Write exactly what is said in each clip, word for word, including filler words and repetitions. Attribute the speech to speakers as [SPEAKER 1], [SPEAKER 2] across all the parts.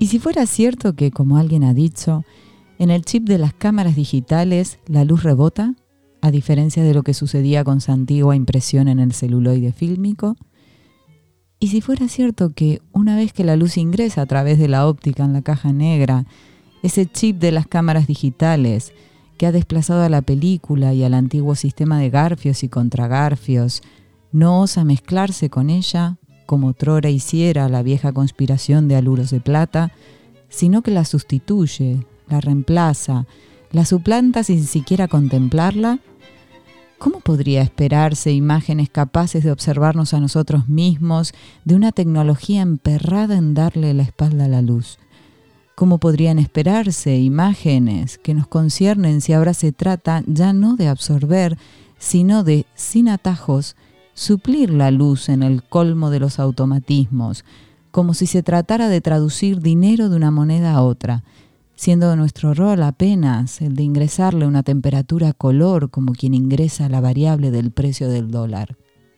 [SPEAKER 1] ¿Y si fuera cierto que, como alguien ha dicho, en el chip de las cámaras digitales la luz rebota, a diferencia de lo que sucedía con su antigua impresión en el celuloide fílmico? ¿Y si fuera cierto que una vez que la luz ingresa a través de la óptica en la caja negra, ese chip de las cámaras digitales que ha desplazado a la película y al antiguo sistema de garfios y contragarfios no osa mezclarse con ella, como otrora hiciera la vieja conspiración de aluros de plata, sino que la sustituye, la reemplaza, la suplanta sin siquiera contemplarla? ¿Cómo podría esperarse imágenes capaces de observarnos a nosotros mismos de una tecnología emperrada en darle la espalda a la luz? ¿Cómo podrían esperarse imágenes que nos conciernen si ahora se trata ya no de absorber, sino de, sin atajos, suplir la luz en el colmo de los automatismos, como si se tratara de traducir dinero de una moneda a otra, siendo nuestro rol apenas el de ingresarle una temperatura color como quien ingresa la variable del precio del dólar?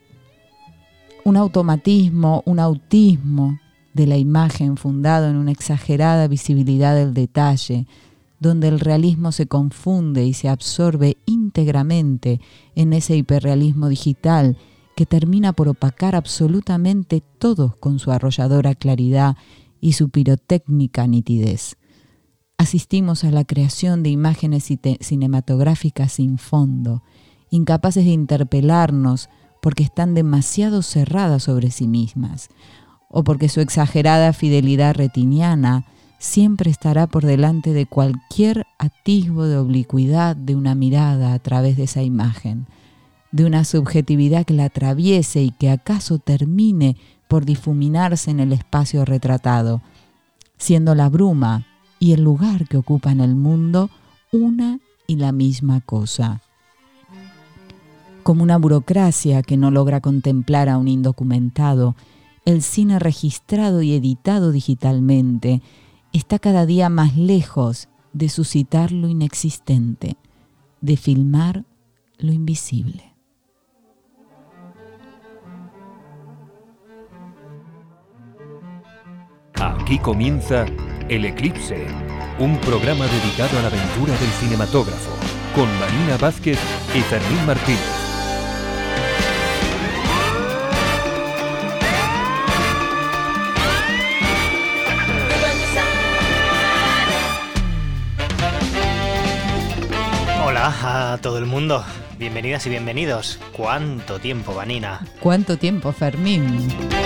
[SPEAKER 1] Un automatismo, un autismo de la imagen fundado en una exagerada visibilidad del detalle, donde el realismo se confunde y se absorbe íntegramente en ese hiperrealismo digital que termina por opacar absolutamente todo con su arrolladora claridad y su pirotécnica nitidez. Asistimos a la creación de imágenes cinematográficas sin fondo, incapaces de interpelarnos porque están demasiado cerradas sobre sí mismas, o porque su exagerada fidelidad retiniana siempre estará por delante de cualquier atisbo de oblicuidad de una mirada a través de esa imagen, de una subjetividad que la atraviese y que acaso termine por difuminarse en el espacio retratado, siendo la bruma y el lugar que ocupa en el mundo una y la misma cosa. Como una burocracia que no logra contemplar a un indocumentado, el cine registrado y editado digitalmente está cada día más lejos de suscitar lo inexistente, de filmar lo invisible.
[SPEAKER 2] Aquí comienza El Eclipse, un programa dedicado a la aventura del cinematógrafo, con Marina Vázquez y Fermín Martínez.
[SPEAKER 3] Hola a todo el mundo, bienvenidas y bienvenidos. ¿Cuánto tiempo, Vanina?
[SPEAKER 1] ¿Cuánto tiempo, Fermín?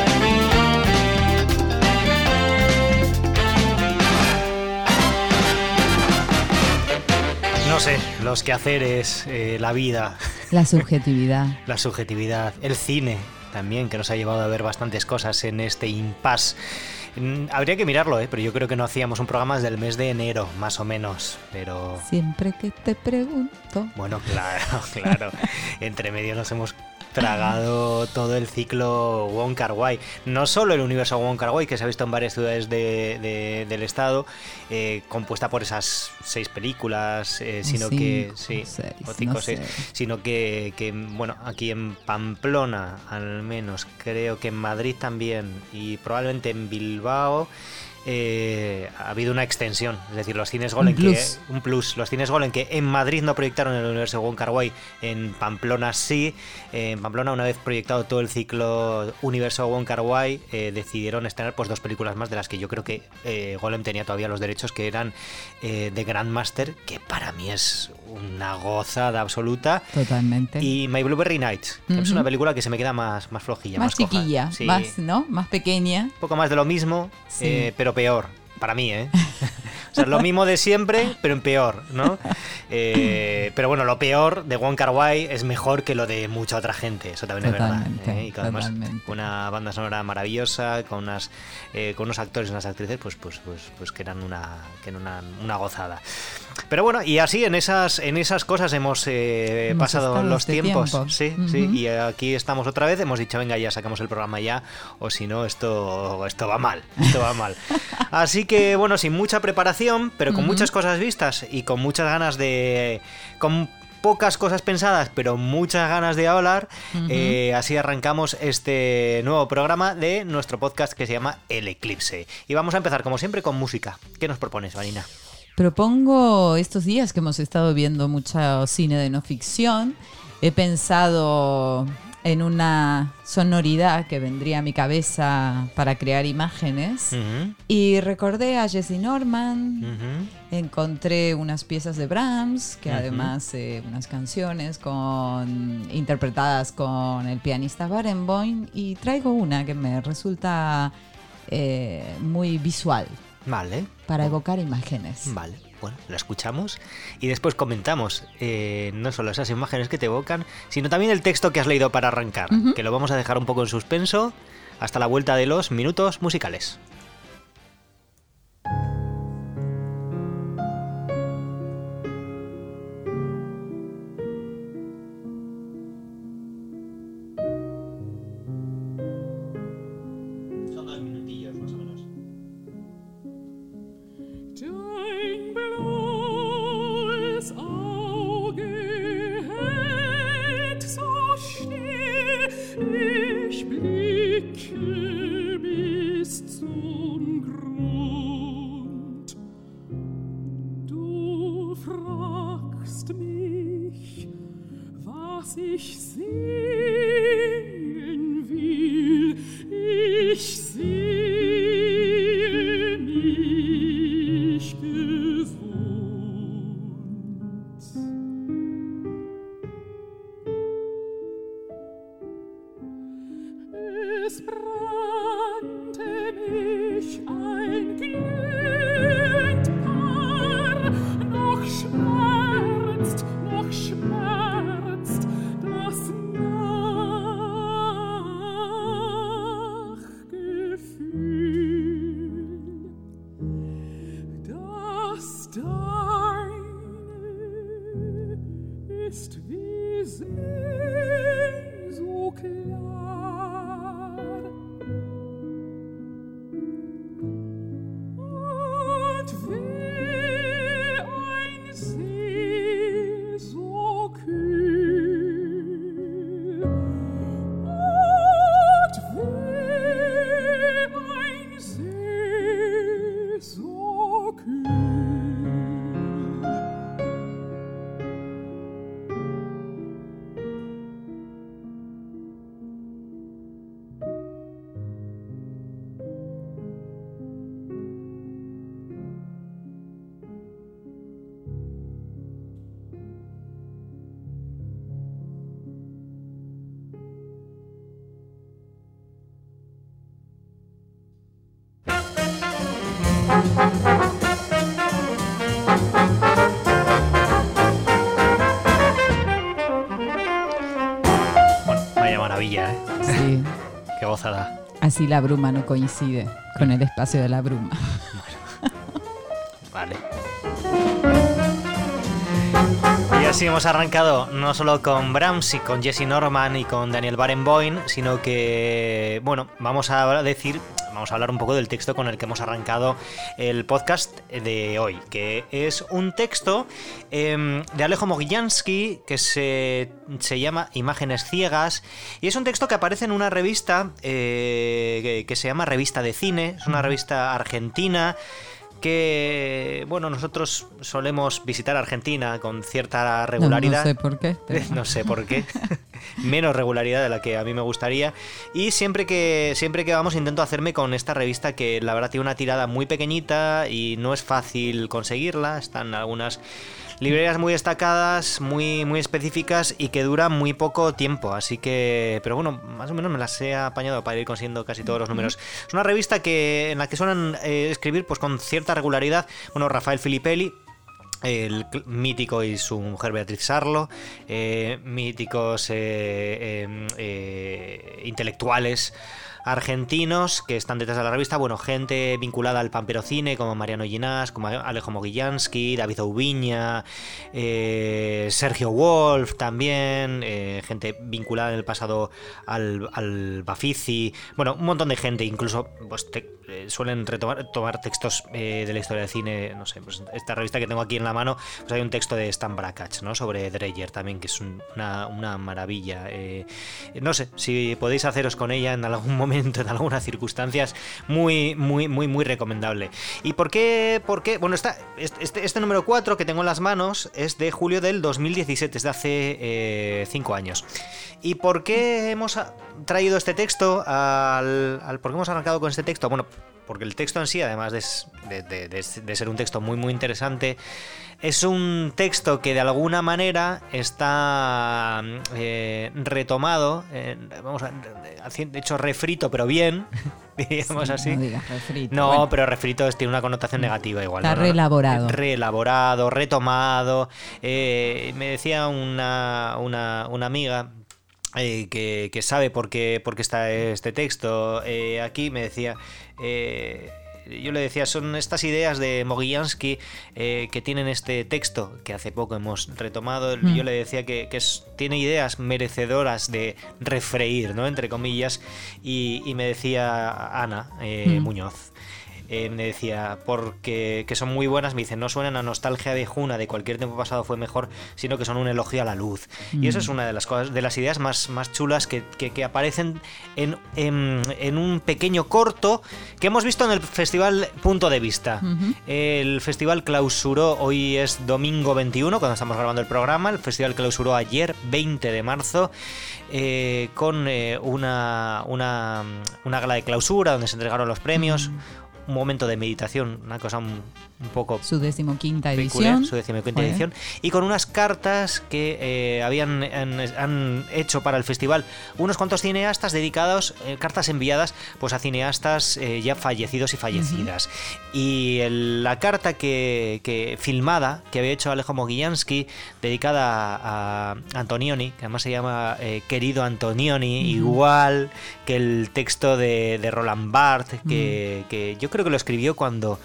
[SPEAKER 3] No sé, los quehaceres, eh, la vida.
[SPEAKER 1] La subjetividad.
[SPEAKER 3] La subjetividad, el cine también, que nos ha llevado a ver bastantes cosas en este impasse. Habría que mirarlo, ¿eh? Pero yo creo que no hacíamos un programa desde el mes de enero, más o menos, pero...
[SPEAKER 1] Siempre que te pregunto...
[SPEAKER 3] Bueno, claro, claro. Entre medio nos hemos tragado todo el ciclo Wong Kar-wai. No solo el universo Wong Kar-wai, que se ha visto en varias ciudades de, de, del estado, eh, compuesta por esas seis películas, eh, sino
[SPEAKER 1] cinco,
[SPEAKER 3] que... Sí,
[SPEAKER 1] seis,
[SPEAKER 3] o cinco
[SPEAKER 1] no
[SPEAKER 3] o seis.
[SPEAKER 1] sé.
[SPEAKER 3] Sino que, que, bueno, aquí en Pamplona, al menos, creo que en Madrid también, y probablemente en Bilbao... Eh, ha habido una extensión, es decir, los cines Golem,
[SPEAKER 1] un plus.
[SPEAKER 3] que un plus, los cines Golem que en Madrid no proyectaron el universo Wong Kar-wai, en Pamplona sí. Eh, en Pamplona, una vez proyectado todo el ciclo universo Wong Kar-wai, eh, decidieron estrenar pues dos películas más, de las que yo creo que eh, Golem tenía todavía los derechos, que eran eh, The Grandmaster, que para mí es una gozada absoluta.
[SPEAKER 1] Totalmente.
[SPEAKER 3] Y My Blueberry Night, que uh-huh. es una película que se me queda más, más flojilla,
[SPEAKER 1] más,
[SPEAKER 3] más
[SPEAKER 1] chiquilla,
[SPEAKER 3] sí.
[SPEAKER 1] más, ¿no? Más pequeña.
[SPEAKER 3] Un poco más de lo mismo,
[SPEAKER 1] sí.
[SPEAKER 3] eh, pero peor, para mí, ¿eh? O sea, lo mismo de siempre, pero en peor, ¿no? Eh, pero bueno, lo peor de Wong Kar-wai es mejor que lo de mucha otra gente, eso también
[SPEAKER 1] totalmente,
[SPEAKER 3] es verdad, ¿eh? Y que además
[SPEAKER 1] totalmente.
[SPEAKER 3] Una banda sonora maravillosa, con unas eh, con unos actores y unas actrices, pues, pues, pues, pues que eran una, que eran una, una gozada. Pero bueno, y así en esas, en esas cosas hemos, eh,
[SPEAKER 1] hemos
[SPEAKER 3] pasado los
[SPEAKER 1] este
[SPEAKER 3] tiempos.
[SPEAKER 1] Tiempo.
[SPEAKER 3] Sí,
[SPEAKER 1] uh-huh.
[SPEAKER 3] sí, y aquí estamos otra vez, hemos dicho, venga, ya sacamos el programa ya, o si no, esto, esto va mal, esto va mal. Así que bueno, sin mucha preparación, pero con uh-huh. muchas cosas vistas y con muchas ganas de... Con pocas cosas pensadas, pero muchas ganas de hablar. Uh-huh. Eh, así arrancamos este nuevo programa de nuestro podcast que se llama El Eclipse. Y vamos a empezar, como siempre, con música. ¿Qué nos propones, Marina?
[SPEAKER 1] Propongo estos días que hemos estado viendo mucho cine de no ficción. He pensado en una sonoridad que vendría a mi cabeza para crear imágenes. Uh-huh. Y recordé a Jessye Norman, uh-huh. encontré unas piezas de Brahms, que uh-huh. además eh, unas canciones con, interpretadas con el pianista Barenboim, y traigo una que me resulta eh, muy visual.
[SPEAKER 3] Vale.
[SPEAKER 1] Para evocar imágenes.
[SPEAKER 3] Vale. Bueno, la escuchamos y después comentamos eh, no solo esas imágenes que te evocan, sino también el texto que has leído para arrancar, uh-huh. que lo vamos a dejar un poco en suspenso hasta la vuelta de los minutos musicales. Son dos minutillos más o menos.
[SPEAKER 4] Ich blicke bis zum Grund. Du fragst mich, was ich sehen will. Ich sehe mich gesund. Es brannte mich ein glühend Paar, noch schmerzt, noch schmerzt das Nachgefühl, das Deine ist wie See so klar.
[SPEAKER 3] Bueno, vaya maravilla, ¿eh?
[SPEAKER 1] Sí.
[SPEAKER 3] Qué gozada.
[SPEAKER 1] Así la bruma no coincide con el espacio de la bruma.
[SPEAKER 3] Bueno. Vale. Y así hemos arrancado no solo con Brahms y con Jessye Norman y con Daniel Barenboim, sino que, bueno, vamos a decir, vamos a hablar un poco del texto con el que hemos arrancado el podcast de hoy, que es un texto eh, de Alejo Mogilansky que se, se llama Imágenes Ciegas, y es un texto que aparece en una revista eh, que, que se llama Revista de Cine, es una revista argentina que, bueno, nosotros solemos visitar Argentina con cierta regularidad.
[SPEAKER 1] No, no sé por qué. Pero...
[SPEAKER 3] no sé por qué. Menos regularidad de la que a mí me gustaría. Y siempre que, siempre que vamos intento hacerme con esta revista que la verdad tiene una tirada muy pequeñita y no es fácil conseguirla. Están algunas librerías muy destacadas, muy, muy específicas y que duran muy poco tiempo, así que, pero bueno, más o menos me las he apañado para ir consiguiendo casi todos los números. Es una revista que en la que suelen eh, escribir pues con cierta regularidad, bueno, Rafael Filippelli, el mítico, y su mujer Beatriz Sarlo, eh, míticos eh, eh, eh, intelectuales argentinos que están detrás de la revista. Bueno, gente vinculada al Pamperocine, como Mariano Ginás, como Alejo Mogillansky, David Oubiña, eh, Sergio Wolf también, eh, gente vinculada en el pasado al, al Bafisi. Bueno, un montón de gente, incluso pues, te, eh, suelen retomar tomar textos eh, de la historia del cine. No sé, pues esta revista que tengo aquí en la mano, pues hay un texto de Stan Brakhage, ¿no? Sobre Dreyer también, que es un, una, una maravilla. Eh, no sé, si podéis haceros con ella en algún momento, en algunas circunstancias, muy, muy, muy, muy recomendable. ¿Y por qué? Por qué? Bueno, está, este, este número cuatro que tengo en las manos es de julio del dos mil diecisiete, es de hace cinco años. ¿Y por qué hemos traído este texto? Al, al, ¿Por qué hemos arrancado con este texto? Bueno, porque el texto en sí, además de, de, de, de ser un texto muy, muy interesante, es un texto que de alguna manera está eh, retomado, eh, vamos a, de hecho refrito, pero bien, diríamos sí, así.
[SPEAKER 1] No digas refrito.
[SPEAKER 3] No,
[SPEAKER 1] bueno.
[SPEAKER 3] Pero refrito tiene una connotación negativa igual.
[SPEAKER 1] Está
[SPEAKER 3] ¿no?
[SPEAKER 1] reelaborado.
[SPEAKER 3] Reelaborado, retomado. Eh, me decía una, una, una amiga... Eh, que, que sabe por qué, por qué está este texto eh, aquí, me decía... Eh, yo le decía, son estas ideas de Mogillansky eh, que tienen este texto que hace poco hemos retomado. Mm. Yo le decía que, que es, tiene ideas merecedoras de refreír, ¿no? Entre comillas. Y, y me decía Ana eh, mm. Muñoz. Eh, me decía, porque que son muy buenas, me dice, no suenan a nostalgia viejuna de cualquier tiempo pasado fue mejor, sino que son un elogio a la luz. Mm. Y eso es una de las cosas, de las ideas más, más chulas que, que, que aparecen en, en, en un pequeño corto que hemos visto en el Festival Punto de Vista. Uh-huh. El festival clausuró, hoy es domingo veintiuno, cuando estamos grabando el programa, el festival clausuró ayer, veinte de marzo, eh, con eh, una, una, una gala de clausura donde se entregaron los premios. Uh-huh. Un momento de meditación, una cosa un, un poco...
[SPEAKER 1] Su decimoquinta
[SPEAKER 3] peculiar,
[SPEAKER 1] edición.
[SPEAKER 3] Su decimoquinta edición. Y con unas cartas que eh, habían han, han hecho para el festival unos cuantos cineastas dedicados, eh, cartas enviadas pues a cineastas eh, ya fallecidos y fallecidas. Uh-huh. Y el, la carta que, que filmada, que había hecho Alejo Mogillansky, dedicada a, a Antonioni, que además se llama eh, Querido Antonioni, uh-huh. igual que el texto de, de Roland Barthes, que, uh-huh. que yo creo que lo escribió cuando...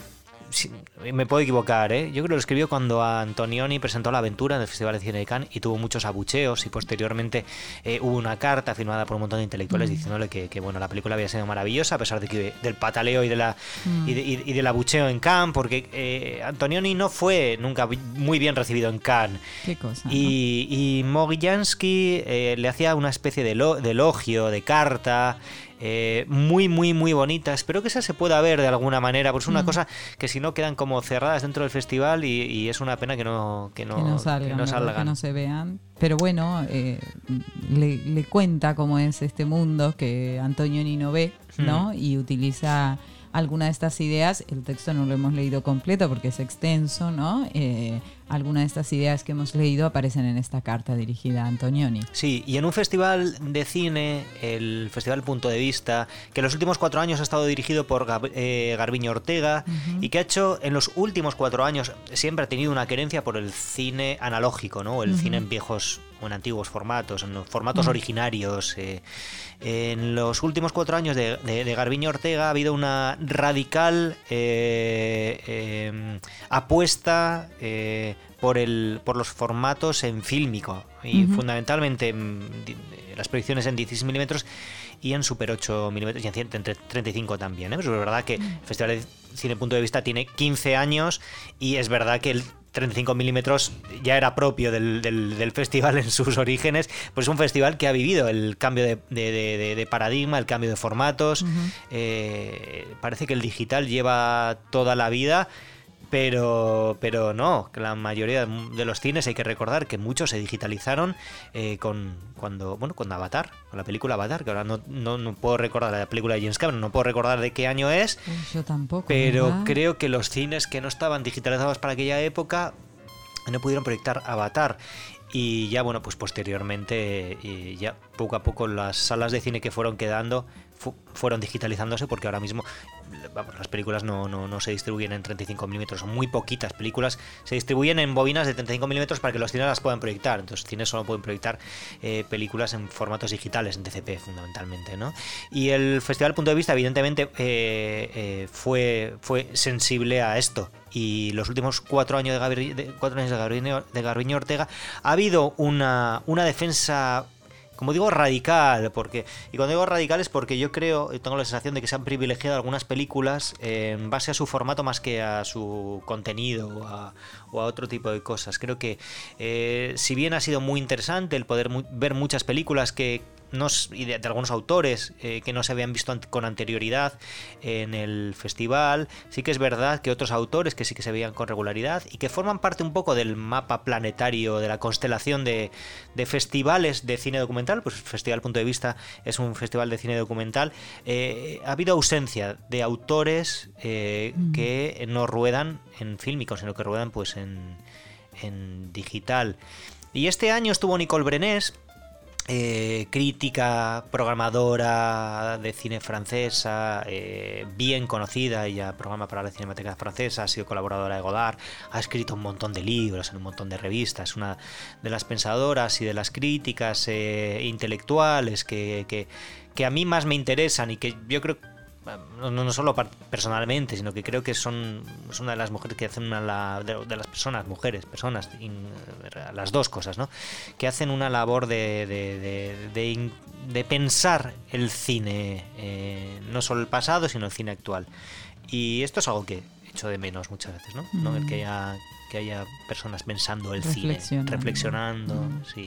[SPEAKER 3] Me puedo equivocar, ¿eh? Yo creo que lo escribió cuando Antonioni presentó La Aventura en el Festival de Cine de Cannes y tuvo muchos abucheos y posteriormente eh, hubo una carta firmada por un montón de intelectuales mm. diciéndole que, que bueno, la película había sido maravillosa a pesar de que del pataleo y de la mm. y, de, y del abucheo en Cannes, porque eh, Antonioni no fue nunca muy bien recibido en Cannes.
[SPEAKER 1] Qué cosa,
[SPEAKER 3] y,
[SPEAKER 1] ¿no?
[SPEAKER 3] y Mogillansky eh, le hacía una especie de, lo, de elogio, de carta. Eh, muy, muy, muy bonita. Espero que esa se pueda ver de alguna manera, porque es una mm. cosa que si no quedan como cerradas dentro del festival y, y es una pena que no, que no,
[SPEAKER 1] que no salgan,
[SPEAKER 3] que no, salgan.
[SPEAKER 1] Que no se vean. Pero bueno, eh, le, le cuenta cómo es este mundo que Antonioni no ve, ¿no? Mm. Y utiliza alguna de estas ideas. El texto no lo hemos leído completo porque es extenso, ¿no? Eh, algunas de estas ideas que hemos leído aparecen en esta carta dirigida a Antonioni.
[SPEAKER 3] Sí, y en un festival de cine, el Festival Punto de Vista, que en los últimos cuatro años ha estado dirigido por Gab- eh, Garbiño Ortega, uh-huh. y que ha hecho en los últimos cuatro años, siempre ha tenido una querencia por el cine analógico, ¿no? El uh-huh. cine en viejos o en antiguos formatos, en los formatos uh-huh. originarios. Eh, en los últimos cuatro años de, de, de Garbiño Ortega ha habido una radical eh, eh, apuesta eh, por el por los formatos en fílmico y uh-huh. fundamentalmente en, en las proyecciones en dieciséis milímetros y en Super ocho milímetros y en treinta y cinco también, ¿eh? Pero es verdad que el Festival de Cine Punto de Vista tiene quince años y es verdad que el treinta y cinco milímetros ya era propio del, del, del festival en sus orígenes, pues es un festival que ha vivido el cambio de, de, de, de paradigma, el cambio de formatos. Uh-huh. Eh, parece que el digital lleva toda la vida, pero, pero no, que la mayoría de los cines hay que recordar que muchos se digitalizaron eh, con cuando bueno con Avatar, con la película Avatar, que ahora no, no, no puedo recordar la película de James Cameron, no puedo recordar de qué año es.
[SPEAKER 1] Pues yo tampoco.
[SPEAKER 3] Pero
[SPEAKER 1] ¿verdad?
[SPEAKER 3] Creo que los cines que no estaban digitalizados para aquella época no pudieron proyectar Avatar. Y ya, bueno, pues posteriormente, y ya poco a poco las salas de cine que fueron quedando fu- fueron digitalizándose, porque ahora mismo vamos, las películas no, no, no se distribuyen en treinta y cinco milímetros, son muy poquitas películas, se distribuyen en bobinas de treinta y cinco milímetros para que los cines las puedan proyectar. Entonces, los cines solo pueden proyectar eh, películas en formatos digitales, en D C P fundamentalmente, ¿no? Y el Festival Punto de Vista, evidentemente, eh, eh, fue, fue sensible a esto. Y los últimos cuatro años de, Gabri, de, cuatro años de, Garbiñe, de Garbiñe Ortega ha habido una, una defensa, como digo, radical, porque y cuando digo radical es porque yo creo, tengo la sensación de que se han privilegiado algunas películas eh, en base a su formato más que a su contenido o a, o a otro tipo de cosas. Creo que eh, si bien ha sido muy interesante el poder mu- ver muchas películas que nos, y de, de algunos autores eh, que no se habían visto an- con anterioridad en el festival, sí que es verdad que otros autores que sí que se veían con regularidad y que forman parte un poco del mapa planetario, de la constelación de, de festivales de cine documental, pues Festival Punto de Vista es un festival de cine documental, eh, ha habido ausencia de autores eh, mm. que no ruedan en fílmico, sino que ruedan pues en, en digital. Y este año estuvo Nicole Brenés, Eh, crítica, programadora de cine francesa, eh, bien conocida, ella programa para la Cinemateca Francesa, ha sido colaboradora de Godard, ha escrito un montón de libros en un montón de revistas, una de las pensadoras y de las críticas eh, intelectuales que, que, que a mí más me interesan y que yo creo No, no solo personalmente, sino que creo que son es una de las mujeres que hacen una la, de, de las personas, mujeres, personas, in, las dos cosas, ¿no? Que hacen una labor de, de, de, de, de pensar el cine, eh, no solo el pasado, sino el cine actual. Y esto es algo que echo de menos muchas veces, ¿no? Mm. ¿No? El que haya, que haya personas pensando el cine, reflexionando, mm. sí.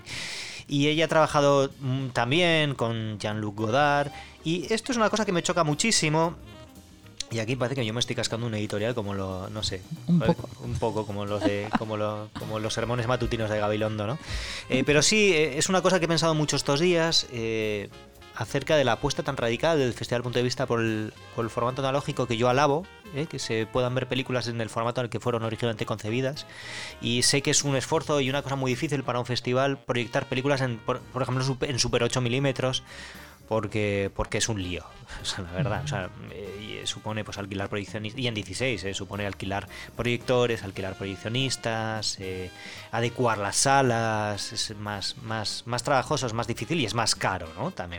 [SPEAKER 3] Y ella ha trabajado mm, también con Jean-Luc Godard. Y esto es una cosa que me choca muchísimo. Y aquí parece que yo me estoy cascando un editorial como lo, no sé,
[SPEAKER 1] un poco,
[SPEAKER 3] un poco como los de, como, lo, como los sermones matutinos de Gabilondo, ¿no? Eh, pero sí, eh, es una cosa que he pensado mucho estos días. Eh, acerca de la apuesta tan radical del Festival Punto de Vista por el, por el formato analógico, que yo alabo, ¿eh? Que se puedan ver películas en el formato en el que fueron originalmente concebidas, y sé que es un esfuerzo y una cosa muy difícil para un festival proyectar películas en, por, por ejemplo, en Super ocho milímetros, porque porque es un lío, o sea, la verdad, o sea, eh, supone pues alquilar proyeccionistas, y en dieciséis eh, supone alquilar proyectores, alquilar proyeccionistas, eh, adecuar las salas, es más más más trabajoso, es más difícil y es más caro, ¿no? También.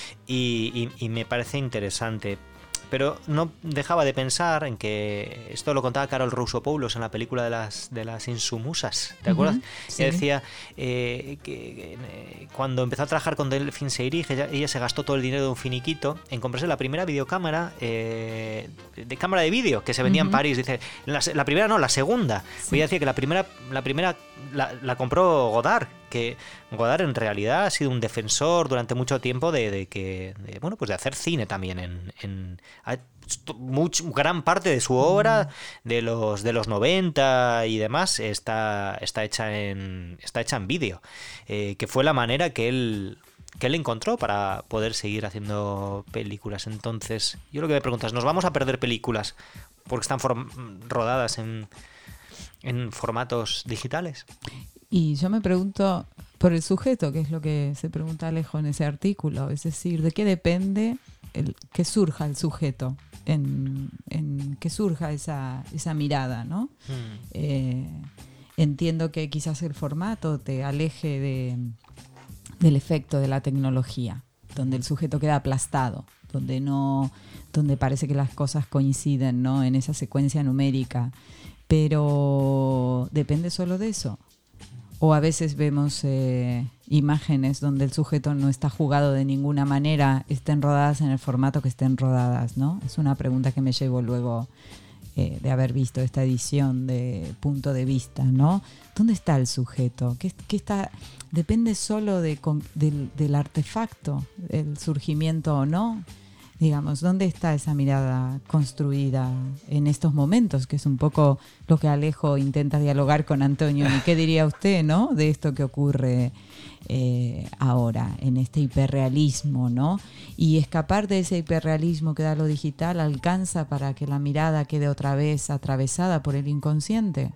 [SPEAKER 3] Y, y, y me parece interesante. Pero no dejaba de pensar en que esto lo contaba Carol Rousseau-Poulos en la película de las de las Insumusas, ¿te acuerdas? Uh-huh, sí. Ella decía eh, que, que eh, cuando empezó a trabajar con Delphine Seyrig, ella, ella se gastó todo el dinero de un finiquito en comprarse la primera videocámara eh, de cámara de vídeo que se vendía uh-huh. en París. Dice, la, la primera no, la segunda. Sí. Ella decía que la primera la primera la, la compró Godard, que Godard en realidad ha sido un defensor durante mucho tiempo de, de que de, bueno, pues de hacer cine también en, en mucho, gran parte de su obra de los de los noventa y demás está está hecha en está hecha en vídeo, eh, que fue la manera que él que él encontró para poder seguir haciendo películas. Entonces, yo lo que me preguntas, ¿nos vamos a perder películas porque están form- rodadas en en formatos digitales?
[SPEAKER 1] Y yo me pregunto por el sujeto, que es lo que se pregunta Alejo en ese artículo, es decir, ¿de qué depende el, que surja el sujeto, en, en que surja esa, esa mirada, ¿no? Mm. Eh, entiendo que quizás el formato te aleje de, del efecto de la tecnología, donde el sujeto queda aplastado, donde no, donde parece que las cosas coinciden, ¿no? En esa secuencia numérica, pero depende solo de eso. O a veces vemos eh, imágenes donde el sujeto no está jugado de ninguna manera, estén rodadas en el formato que estén rodadas, ¿no? Es una pregunta que me llevo luego eh, de haber visto esta edición de Punto de Vista, ¿no? ¿Dónde está el sujeto? ¿Qué, qué está? Depende solo de, del, del artefacto, el surgimiento o no. Digamos, ¿dónde está esa mirada construida en estos momentos? Que es un poco lo que Alejo intenta dialogar con Antonio. ¿Y qué diría usted, no? De esto que ocurre eh, ahora, en este hiperrealismo, ¿no? Y escapar de ese hiperrealismo que da lo digital, ¿alcanza para que la mirada quede otra vez atravesada por el inconsciente?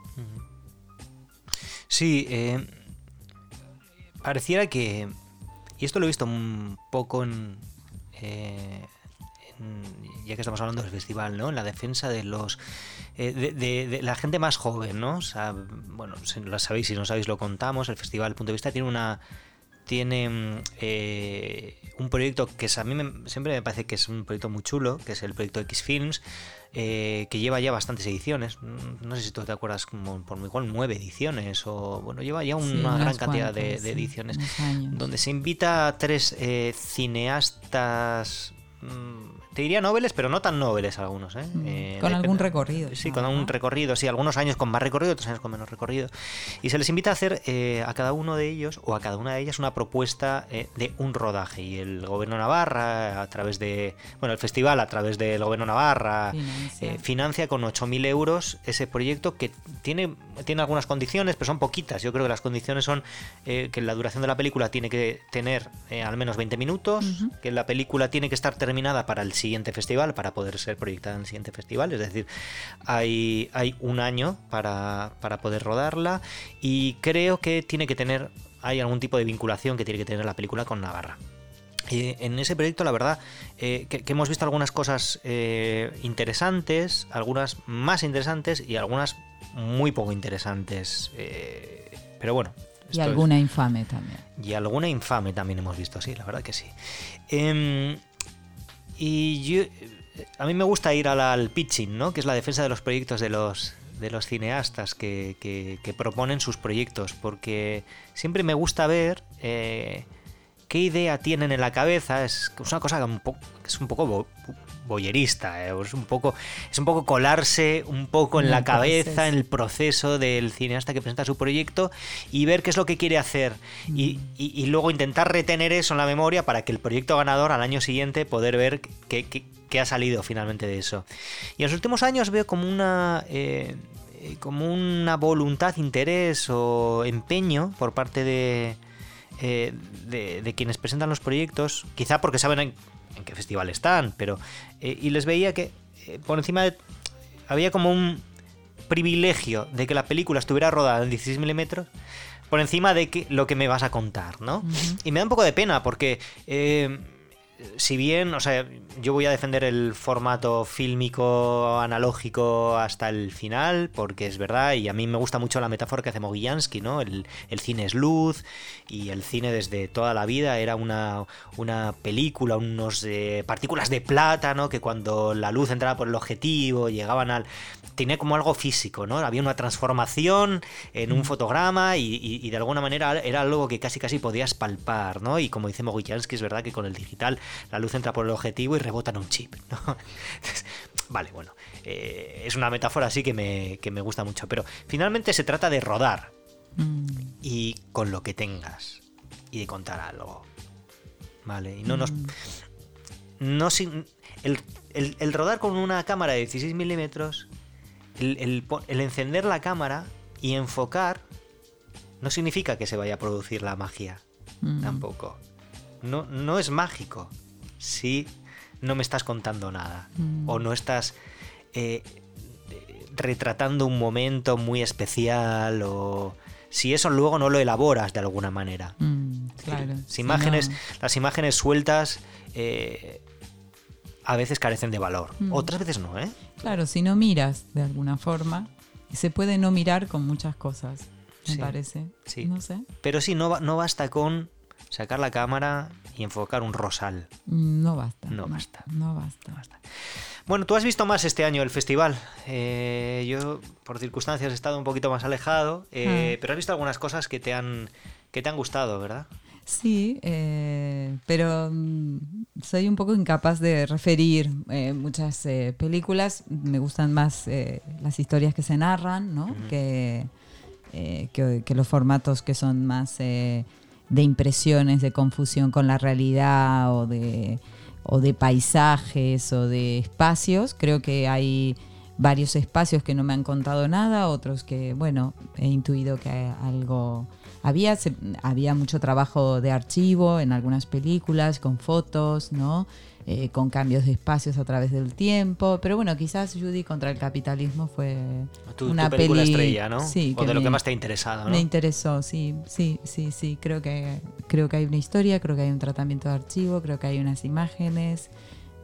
[SPEAKER 3] Sí, eh, pareciera que, y esto lo he visto un poco en... Eh, ya que estamos hablando del festival, ¿no? En la defensa de los eh, de, de, de la gente más joven, ¿no? O sea, bueno, si lo sabéis, si no sabéis lo contamos. El festival Punto de Vista tiene una tiene eh, un proyecto que es, a mí me, siempre me parece que es un proyecto muy chulo, que es el proyecto X Films, eh, que lleva ya bastantes ediciones. No sé si tú te acuerdas, como por igual nueve ediciones, o bueno, lleva ya una
[SPEAKER 1] sí,
[SPEAKER 3] gran cantidad
[SPEAKER 1] cuantos,
[SPEAKER 3] de, de
[SPEAKER 1] sí,
[SPEAKER 3] ediciones,
[SPEAKER 1] años.
[SPEAKER 3] donde se invita a tres eh, cineastas, te diría nobles, pero no tan nobles algunos, ¿eh?
[SPEAKER 1] Mm,
[SPEAKER 3] eh,
[SPEAKER 1] con
[SPEAKER 3] de,
[SPEAKER 1] algún recorrido.
[SPEAKER 3] Sí,
[SPEAKER 1] ¿no?
[SPEAKER 3] con algún recorrido, sí, algunos años con más recorrido, otros años con menos recorrido. Y se les invita a hacer eh, a cada uno de ellos, o a cada una de ellas, una propuesta eh, de un rodaje. Y el Gobierno de Navarra, a través de, bueno, el festival a través del Gobierno de Navarra, financia, eh, financia con ocho mil euros ese proyecto, que tiene, tiene algunas condiciones, pero son poquitas. Yo creo que las condiciones son eh, que la duración de la película tiene que tener eh, al menos veinte minutos, uh-huh. que la película tiene que estar terminada para el siguiente festival, para poder ser proyectada en el siguiente festival, es decir, hay, hay un año para, para poder rodarla, y creo que tiene que tener, hay algún tipo de vinculación que tiene que tener la película con Navarra. Y en ese proyecto, la verdad, eh, que, que hemos visto algunas cosas eh, interesantes, algunas más interesantes y algunas muy poco interesantes, eh, pero bueno.
[SPEAKER 1] Y alguna es... infame también.
[SPEAKER 3] Y alguna infame también hemos visto, sí, la verdad que sí. Eh, y yo, a mí me gusta ir al, al pitching, ¿no? Que es la defensa de los proyectos de los, de los cineastas que, que, que proponen sus proyectos, porque siempre me gusta ver eh, qué idea tienen en la cabeza. Es una cosa un poco, es un poco bo, boyerista, ¿eh? es un poco es un poco colarse un poco en, en la cabeza, proceso. en el proceso del cineasta que presenta su proyecto, y ver qué es lo que quiere hacer, mm. y, y, y luego intentar retener eso en la memoria para que el proyecto ganador al año siguiente poder ver qué, qué, qué ha salido finalmente de eso. Y en los últimos años veo como una eh, como una voluntad, interés o empeño por parte de Eh, de, de quienes presentan los proyectos, quizá porque saben en, en qué festival están, pero eh, y les veía que eh, por encima de, había como un privilegio de que la película estuviera rodada en dieciséis milímetros por encima de que, lo que me vas a contar, ¿no? Uh-huh. Y me da un poco de pena porque eh, si bien, o sea, yo voy a defender el formato fílmico analógico hasta el final, porque es verdad, y a mí me gusta mucho la metáfora que hace Mogillansky, ¿no? El, el cine es luz, y el cine desde toda la vida era una, una película, unos eh, partículas de plata, ¿no? Que cuando la luz entraba por el objetivo, llegaban al... tenía como algo físico, ¿no? Había una transformación en un fotograma, y, y, y de alguna manera era algo que casi casi podías palpar, ¿no? Y como dice Mogillansky, es verdad que con el digital la luz entra por el objetivo y rebota en un chip, ¿no? Entonces, vale, bueno, eh, es una metáfora así que me, que me gusta mucho, pero finalmente se trata de rodar mm. y con lo que tengas y de contar algo, ¿vale? Y no nos... Mm. no sin, el, el, el rodar con una cámara de dieciséis milímetros, el, el, el encender la cámara y enfocar, no significa que se vaya a producir la magia, mm. tampoco. No, no es mágico si no me estás contando nada, mm. o no estás eh, retratando un momento muy especial, o si eso luego no lo elaboras de alguna manera.
[SPEAKER 1] Mm, claro.
[SPEAKER 3] Las imágenes,
[SPEAKER 1] no.
[SPEAKER 3] las imágenes sueltas eh, a veces carecen de valor, mm. otras veces no, ¿eh?
[SPEAKER 1] Claro, si no miras de alguna forma, se puede no mirar con muchas cosas, me
[SPEAKER 3] sí,
[SPEAKER 1] parece.
[SPEAKER 3] Sí.
[SPEAKER 1] No sé.
[SPEAKER 3] Pero sí, no, no basta con sacar la cámara y enfocar un rosal.
[SPEAKER 1] No basta.
[SPEAKER 3] No basta.
[SPEAKER 1] No basta.
[SPEAKER 3] No basta. Bueno, tú has visto más este año el festival. Eh, yo, por circunstancias, he estado un poquito más alejado, eh, ah. pero has visto algunas cosas que te han, que te han gustado, ¿verdad?
[SPEAKER 1] Sí, eh, pero mm, soy un poco incapaz de referir eh, muchas eh, películas. Me gustan más eh, las historias que se narran, ¿no? Uh-huh. que, eh, que, que los formatos que son más... Eh, de impresiones, de confusión con la realidad, o de, o de paisajes o de espacios. Creo que hay varios espacios que no me han contado nada, otros que, bueno, he intuido que algo había. Se, había mucho trabajo de archivo en algunas películas, con fotos, ¿no? Eh, con cambios de espacios a través del tiempo, pero bueno, quizás Judy contra el capitalismo fue
[SPEAKER 3] tu,
[SPEAKER 1] una
[SPEAKER 3] tu película
[SPEAKER 1] peli,
[SPEAKER 3] estrella, ¿no?
[SPEAKER 1] Sí,
[SPEAKER 3] o de
[SPEAKER 1] me,
[SPEAKER 3] lo que más te ha interesado, ¿no?
[SPEAKER 1] Me interesó, sí, sí, sí, sí. Creo que creo que hay una historia, creo que hay un tratamiento de archivo, creo que hay unas imágenes,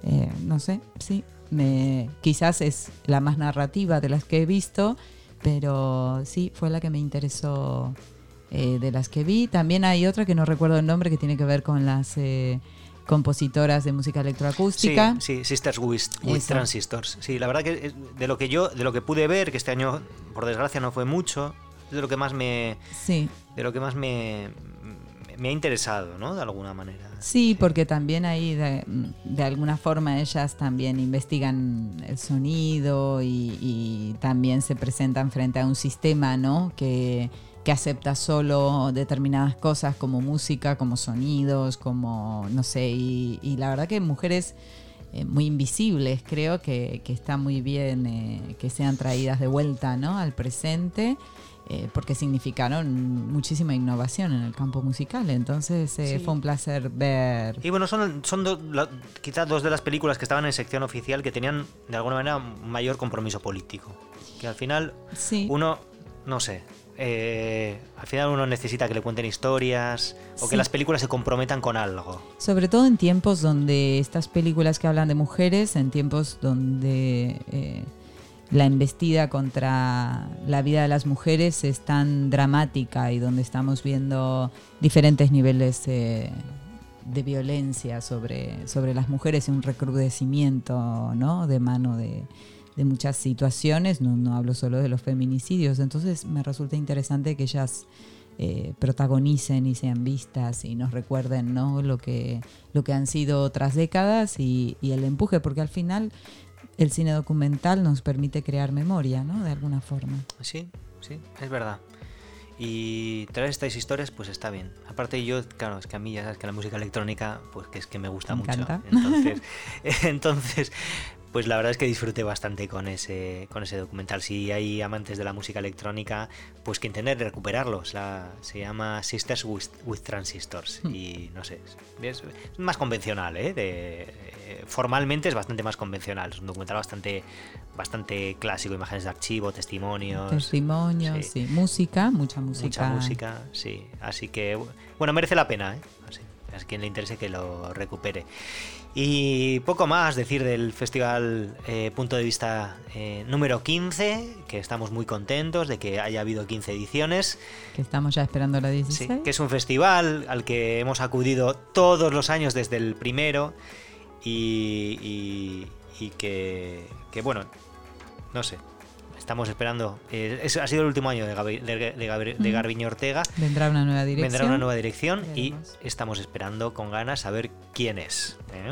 [SPEAKER 1] eh, no sé, sí, me, quizás es la más narrativa de las que he visto, pero sí, fue la que me interesó eh, de las que vi. También hay otra que no recuerdo el nombre, que tiene que ver con las eh, compositoras de música electroacústica.
[SPEAKER 3] Sí, sí, Sisters with, with Transistors. Sí, la verdad que de lo que yo, de lo que pude ver, que este año por desgracia no fue mucho, es de lo que más me,
[SPEAKER 1] sí.
[SPEAKER 3] de lo que más me, me ha interesado, ¿no? De alguna manera.
[SPEAKER 1] Sí, sí. Porque también ahí de, de alguna forma ellas también investigan el sonido y, y también se presentan frente a un sistema, ¿no? Que que acepta solo determinadas cosas como música, como sonidos, como, no sé, y, y la verdad que mujeres eh, muy invisibles, creo que, que está muy bien eh, que sean traídas de vuelta, ¿no? Al presente, eh, porque significaron muchísima innovación en el campo musical, entonces eh, sí. Fue un placer ver.
[SPEAKER 3] Y bueno, son, son do, la, quizás dos de las películas que estaban en sección oficial que tenían de alguna manera un mayor compromiso político, que al final sí. uno, no sé, Eh, al final uno necesita que le cuenten historias o sí. que las películas se comprometan con algo.
[SPEAKER 1] Sobre todo en tiempos donde estas películas que hablan de mujeres, en tiempos donde eh, la embestida contra la vida de las mujeres es tan dramática y donde estamos viendo diferentes niveles eh, de violencia sobre, sobre las mujeres y un recrudecimiento, ¿no? De mano de de muchas situaciones, no, no hablo solo de los feminicidios, entonces me resulta interesante que ellas eh, protagonicen y sean vistas y nos recuerden, ¿no? lo que lo que han sido otras décadas y, y el empuje, porque al final el cine documental nos permite crear memoria, ¿no? De alguna forma.
[SPEAKER 3] Sí, sí, es verdad. Y traer estas historias pues está bien. Aparte yo, claro, es que a mí ya sabes que la música electrónica pues que es que me gusta
[SPEAKER 1] me
[SPEAKER 3] mucho.
[SPEAKER 1] Encanta.
[SPEAKER 3] Entonces, entonces pues la verdad es que disfruté bastante con ese con ese documental. Si hay amantes de la música electrónica, pues que intenten recuperarlos. La, se llama Sisters with, with Transistors mm. y no sé, es, es más convencional, ¿eh? De, eh, formalmente es bastante más convencional. Es un documental bastante bastante clásico, imágenes de archivo, testimonios.
[SPEAKER 1] Testimonios, sí. sí. Música, mucha música.
[SPEAKER 3] Mucha música, sí. Así que, bueno, merece la pena, ¿eh? Así, a quien le interese que lo recupere. Y poco más decir del festival eh, Punto de Vista eh, número quince, que estamos muy contentos de que haya habido quince ediciones.
[SPEAKER 1] Que estamos ya esperando la dieciséis.
[SPEAKER 3] Sí, que es un festival al que hemos acudido todos los años desde el primero y, y, y que, que, bueno, no sé, estamos esperando. Eh, es, ha sido el último año de, Gabi, de, de, Gabi, de Garbiñe Ortega.
[SPEAKER 1] Vendrá una nueva dirección.
[SPEAKER 3] Vendrá una nueva dirección y estamos esperando con ganas a ver quién es. ¿eh?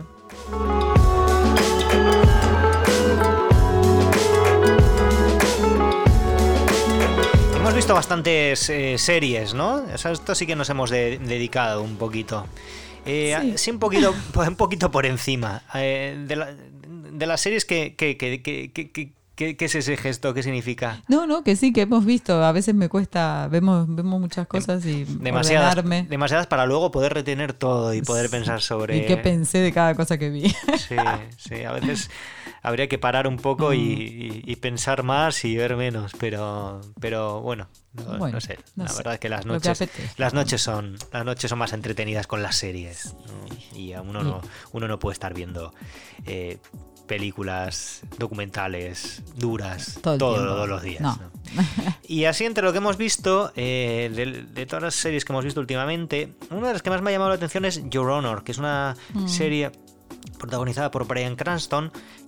[SPEAKER 3] Hemos visto bastantes eh, series, ¿no? O sea, esto sí que nos hemos de, dedicado un poquito. Eh, sí. sí, un poquito, un poquito por encima. Eh, de, la, de las series que, que, que, que, que, que ¿Qué, ¿Qué es ese gesto? ¿Qué significa?
[SPEAKER 1] No, no, que sí, que hemos visto. A veces me cuesta, vemos vemos muchas cosas y
[SPEAKER 3] demasiadas,
[SPEAKER 1] ordenarme.
[SPEAKER 3] Demasiadas para luego poder retener todo y poder sí. pensar sobre...
[SPEAKER 1] ¿Y qué pensé de cada cosa que vi?
[SPEAKER 3] Sí, sí, a veces habría que parar un poco mm. y, y, y pensar más y ver menos, pero pero bueno, no, bueno, no sé. No la sé. verdad es que las noches
[SPEAKER 1] que
[SPEAKER 3] las noches son las noches son más entretenidas con las series, ¿no? Y a uno, sí. no, uno no puede estar viendo... Eh, películas documentales duras todo todo, todos los días,
[SPEAKER 1] no.
[SPEAKER 3] ¿no? Y así entre lo que hemos visto eh, de, de todas las series que hemos visto últimamente, una de las que más me ha llamado la atención es Your Honor, que es una mm. serie protagonizada por Bryan Cranston,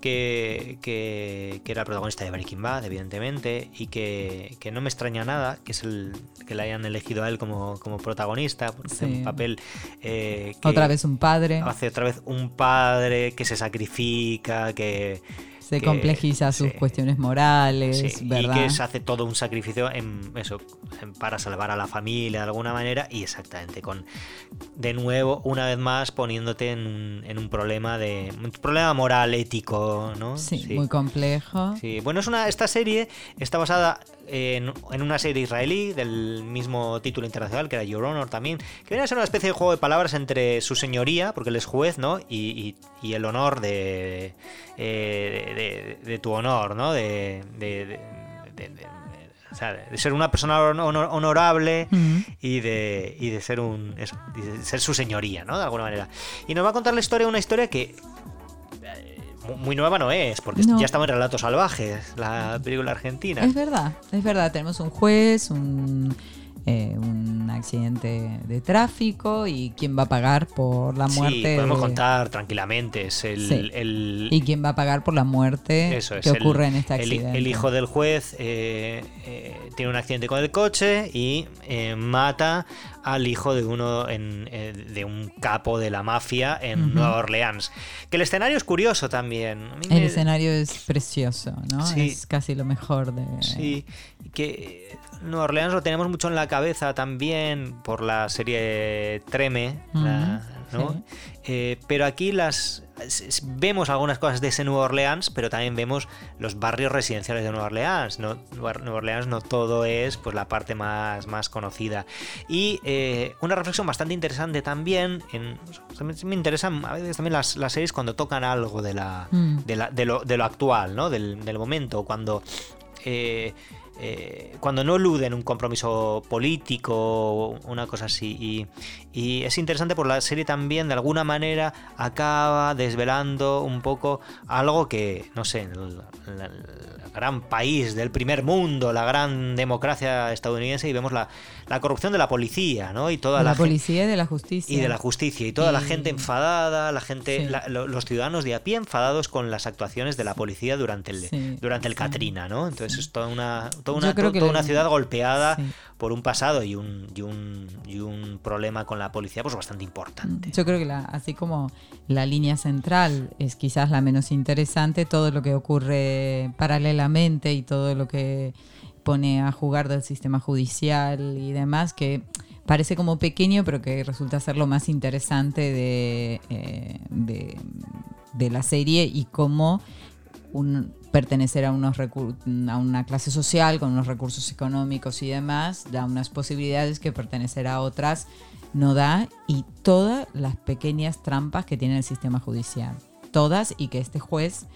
[SPEAKER 3] que, que, que era el protagonista de Breaking Bad, evidentemente, y que, que no me extraña nada que es el que le hayan elegido a él como, como protagonista, porque sí. hace un papel eh, que
[SPEAKER 1] otra vez un padre
[SPEAKER 3] hace otra vez un padre que se sacrifica, que
[SPEAKER 1] se
[SPEAKER 3] que,
[SPEAKER 1] complejiza sus
[SPEAKER 3] sí,
[SPEAKER 1] cuestiones morales,
[SPEAKER 3] sí,
[SPEAKER 1] ¿verdad?
[SPEAKER 3] Y que se hace todo un sacrificio en eso, en, para salvar a la familia de alguna manera, y exactamente con, de nuevo, una vez más poniéndote en un, en un problema de un problema moral, ético, ¿no?
[SPEAKER 1] Sí, sí. muy complejo.
[SPEAKER 3] Sí, bueno, es una esta serie está basada en, en una serie israelí del mismo título internacional, que era Your Honor también, que viene a ser una especie de juego de palabras entre su señoría, porque él es juez, ¿no? Y, y, y el honor de, eh, de, de, de tu honor, ¿no? De, de, de, de, de, o sea, de ser una persona honor, honorable uh-huh. y de y de ser un eso, de ser su señoría, ¿no? De alguna manera. Y nos va a contar la historia, una historia que muy nueva no es, porque
[SPEAKER 1] No.
[SPEAKER 3] ya estaba en Relatos Salvajes, la película argentina.
[SPEAKER 1] Es verdad, es verdad. Tenemos un juez, un, eh, un accidente de tráfico y quién va a pagar por la muerte.
[SPEAKER 3] Sí, podemos
[SPEAKER 1] de-
[SPEAKER 3] contar tranquilamente. Es el,
[SPEAKER 1] Sí.
[SPEAKER 3] el-
[SPEAKER 1] y quién va a pagar por la muerte
[SPEAKER 3] Eso es,
[SPEAKER 1] que
[SPEAKER 3] el-
[SPEAKER 1] ocurre en este
[SPEAKER 3] el,
[SPEAKER 1] accidente.
[SPEAKER 3] el hijo del juez eh, eh, tiene un accidente con el coche y eh, mata al hijo de uno en, eh, de un capo de la mafia en
[SPEAKER 1] Ujú.
[SPEAKER 3] Nueva Orleans. Que el escenario es curioso también. A mí
[SPEAKER 1] El
[SPEAKER 3] me-
[SPEAKER 1] escenario es precioso, ¿no?
[SPEAKER 3] Sí.
[SPEAKER 1] Es casi lo mejor de...
[SPEAKER 3] Sí, que Nueva Orleans lo tenemos mucho en la cabeza también por la serie Treme, la-
[SPEAKER 1] Ujú,
[SPEAKER 3] ¿no?
[SPEAKER 1] sí.
[SPEAKER 3] Eh, pero aquí las s- s- vemos algunas cosas de ese Nueva Orleans, pero también vemos los barrios residenciales de Nueva Orleans. No, Nueva Orleans no todo es pues la parte más, más conocida. Y eh, una reflexión bastante interesante también, en, me interesan a veces también las, las series cuando tocan algo de, la,
[SPEAKER 1] Mm.
[SPEAKER 3] de, la, de, lo, de lo actual, ¿no? del, del momento, cuando... Eh, eh, cuando no eluden un compromiso político o una cosa así. Y, y es interesante porque la serie también de alguna manera acaba desvelando un poco algo que, no sé, el, el- el gran país del primer mundo, la gran democracia estadounidense, y vemos la, la corrupción de la policía, ¿no? Y toda
[SPEAKER 1] de la,
[SPEAKER 3] la, gen-
[SPEAKER 1] policía y de la justicia.
[SPEAKER 3] y de la justicia, y toda la
[SPEAKER 1] Y-
[SPEAKER 3] gente enfadada, la gente,
[SPEAKER 1] Sí.
[SPEAKER 3] la- lo- los ciudadanos de a pie enfadados con las actuaciones de la policía durante el,
[SPEAKER 1] Sí,
[SPEAKER 3] durante el
[SPEAKER 1] sí.
[SPEAKER 3] Katrina, ¿no? Entonces es toda una, toda
[SPEAKER 1] Yo
[SPEAKER 3] una,
[SPEAKER 1] creo
[SPEAKER 3] to-
[SPEAKER 1] que
[SPEAKER 3] toda
[SPEAKER 1] le-
[SPEAKER 3] una ciudad golpeada
[SPEAKER 1] Sí.
[SPEAKER 3] por un pasado y un, y un y un problema con la policía pues bastante importante.
[SPEAKER 1] Yo creo que la, así como la línea central es quizás la menos interesante, todo lo que ocurre paralelamente y todo lo que pone a jugar del sistema judicial y demás, que parece como pequeño, pero que resulta ser lo más interesante de, eh, de, de la serie, y cómo un, pertenecer a, unos recu- a una clase social con unos recursos económicos y demás da unas posibilidades que pertenecer a otras no da, y todas las pequeñas trampas que tiene el sistema judicial, todas, y que este juez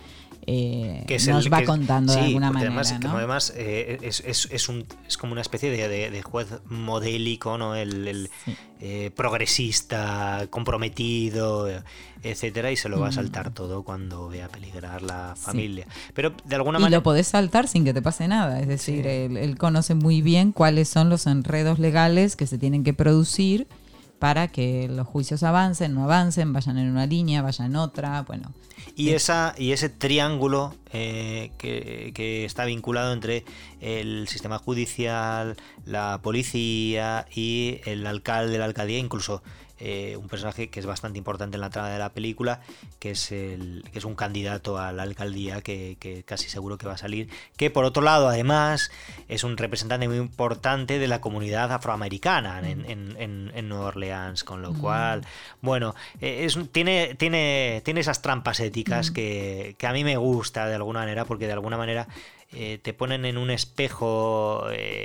[SPEAKER 1] eh,
[SPEAKER 3] Que es
[SPEAKER 1] nos
[SPEAKER 3] el-
[SPEAKER 1] va
[SPEAKER 3] que-
[SPEAKER 1] contando de
[SPEAKER 3] sí,
[SPEAKER 1] alguna
[SPEAKER 3] porque
[SPEAKER 1] manera,
[SPEAKER 3] además,
[SPEAKER 1] ¿no?
[SPEAKER 3] como además eh, es, es, es, un, es como una especie de, de- de juez modélico, ¿no? El, el,
[SPEAKER 1] Sí.
[SPEAKER 3] eh, progresista, comprometido, eh, etcétera, y se lo va a saltar todo cuando vea peligrar la
[SPEAKER 1] Sí.
[SPEAKER 3] familia. Pero de alguna
[SPEAKER 1] Y
[SPEAKER 3] manera...
[SPEAKER 1] lo podés saltar sin que te pase nada. Es decir,
[SPEAKER 3] Sí.
[SPEAKER 1] él, él conoce muy bien cuáles son los enredos legales que se tienen que producir para que los juicios avancen, no avancen, vayan en una línea, vayan en otra. Bueno,
[SPEAKER 3] Y, esa, y ese triángulo eh, que, que está vinculado entre el sistema judicial, la policía y el alcalde de la alcaldía, incluso eh, un personaje que es bastante importante en la trama de la película, que es el que es un candidato a la alcaldía que, que casi seguro que va a salir, que por otro lado además es un representante muy importante de la comunidad afroamericana en, en, en, en Nueva Orleans, con lo
[SPEAKER 1] Mm.
[SPEAKER 3] cual, bueno, eh, es, un- tiene, tiene, tiene esas trampas éticas
[SPEAKER 1] Mm.
[SPEAKER 3] que, que a mí me gusta de alguna manera, porque de alguna manera eh, te ponen en un espejo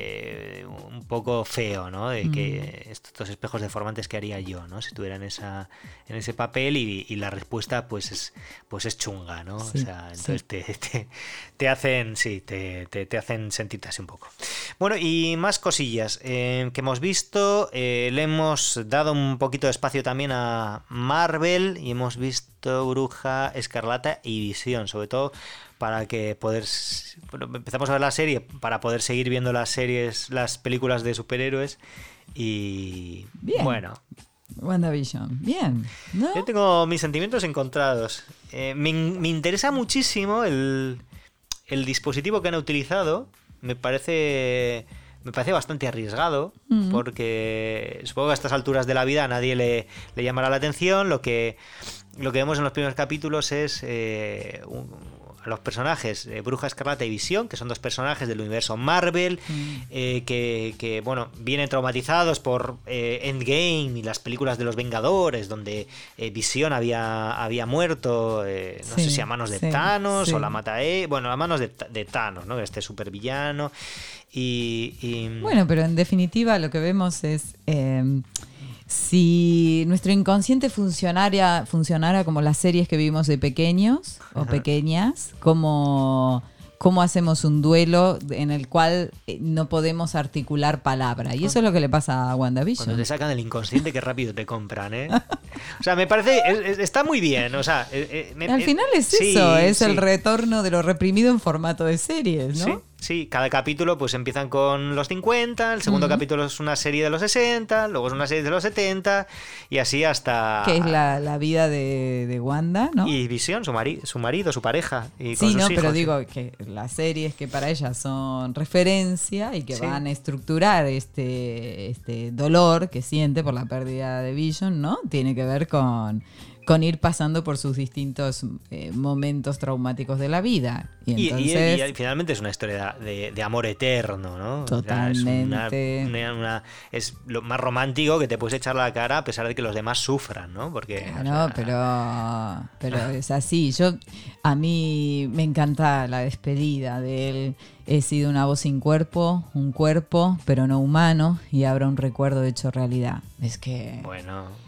[SPEAKER 3] eh, un poco feo, ¿no? De que estos espejos deformantes que haría yo, ¿no? Si estuviera en esa en ese papel, y, y la respuesta pues es pues es chunga, ¿no?
[SPEAKER 1] Sí,
[SPEAKER 3] o sea, entonces
[SPEAKER 1] sí.
[SPEAKER 3] te, te, te hacen sí, te, te, te hacen sentirte así un poco. Bueno, y más cosillas eh, que hemos visto. Eh, le hemos dado un poquito de espacio también a Marvel y hemos visto Bruja Escarlata y Visión, sobre todo para que poder bueno, empezamos a ver la serie para poder seguir viendo las series, las películas de superhéroes. Y
[SPEAKER 1] Bien.
[SPEAKER 3] bueno,
[SPEAKER 1] WandaVision. Bien, ¿no?
[SPEAKER 3] yo tengo mis sentimientos encontrados. Eh, me, me interesa muchísimo el, el dispositivo que han utilizado. Me parece me parece bastante arriesgado,
[SPEAKER 1] Mm.
[SPEAKER 3] porque supongo que a estas alturas de la vida a nadie le, le llamará la atención. Lo que lo que vemos en los primeros capítulos es eh, un, a los personajes eh, Bruja Escarlata y Visión, que son dos personajes del universo Marvel,
[SPEAKER 1] Mm.
[SPEAKER 3] eh, que, que, bueno, vienen traumatizados por eh, Endgame y las películas de los Vengadores, donde eh, Visión había, había muerto, eh, no
[SPEAKER 1] Sí,
[SPEAKER 3] sé si a manos de
[SPEAKER 1] sí,
[SPEAKER 3] Thanos
[SPEAKER 1] sí.
[SPEAKER 3] o la mata eh, bueno, a manos de, de Thanos, ¿no? Este supervillano. Y, y
[SPEAKER 1] Bueno, pero en definitiva lo que vemos es eh, si nuestro inconsciente funcionara, funcionara como las series que vimos de pequeños o
[SPEAKER 3] Ajá.
[SPEAKER 1] pequeñas, como cómo hacemos un duelo en el cual no podemos articular palabra. Y eso es lo que le pasa a WandaVision.
[SPEAKER 3] Cuando te sacan del inconsciente, qué rápido te compran, ¿eh? O sea, me parece... Es, es, está muy bien, o sea... Eh, me,
[SPEAKER 1] Al final es
[SPEAKER 3] sí,
[SPEAKER 1] eso, es
[SPEAKER 3] sí.
[SPEAKER 1] el retorno de lo reprimido en formato de series, ¿no?
[SPEAKER 3] Sí, sí, cada capítulo pues empiezan con los cincuenta, el segundo uh-huh. capítulo es una serie de los sesenta, luego es una serie de los setenta y así hasta...
[SPEAKER 1] Que es la, la vida de, de Wanda, ¿no?
[SPEAKER 3] Y Visión, su, mari su marido, su pareja. Y con
[SPEAKER 1] sí,
[SPEAKER 3] sus
[SPEAKER 1] no,
[SPEAKER 3] hijos,
[SPEAKER 1] pero
[SPEAKER 3] sí.
[SPEAKER 1] digo que las series que para ellas son referencia y que sí. van a estructurar este, este dolor que siente por la pérdida de Vision, ¿no? Tiene que ver con... con ir pasando por sus distintos eh, momentos traumáticos de la vida. Y, entonces,
[SPEAKER 3] y, y, y finalmente es una historia de, de amor eterno, ¿no?
[SPEAKER 1] Totalmente.
[SPEAKER 3] O sea, es, una, una, una, es lo más romántico que te puedes echar a la cara a pesar de que los demás sufran, ¿no? Porque,
[SPEAKER 1] claro,
[SPEAKER 3] o sea,
[SPEAKER 1] pero, pero es así. Yo, a mí me encanta la despedida de él. He sido una voz sin cuerpo, un cuerpo, pero no humano, y habrá un recuerdo hecho realidad. Es que...
[SPEAKER 3] Bueno...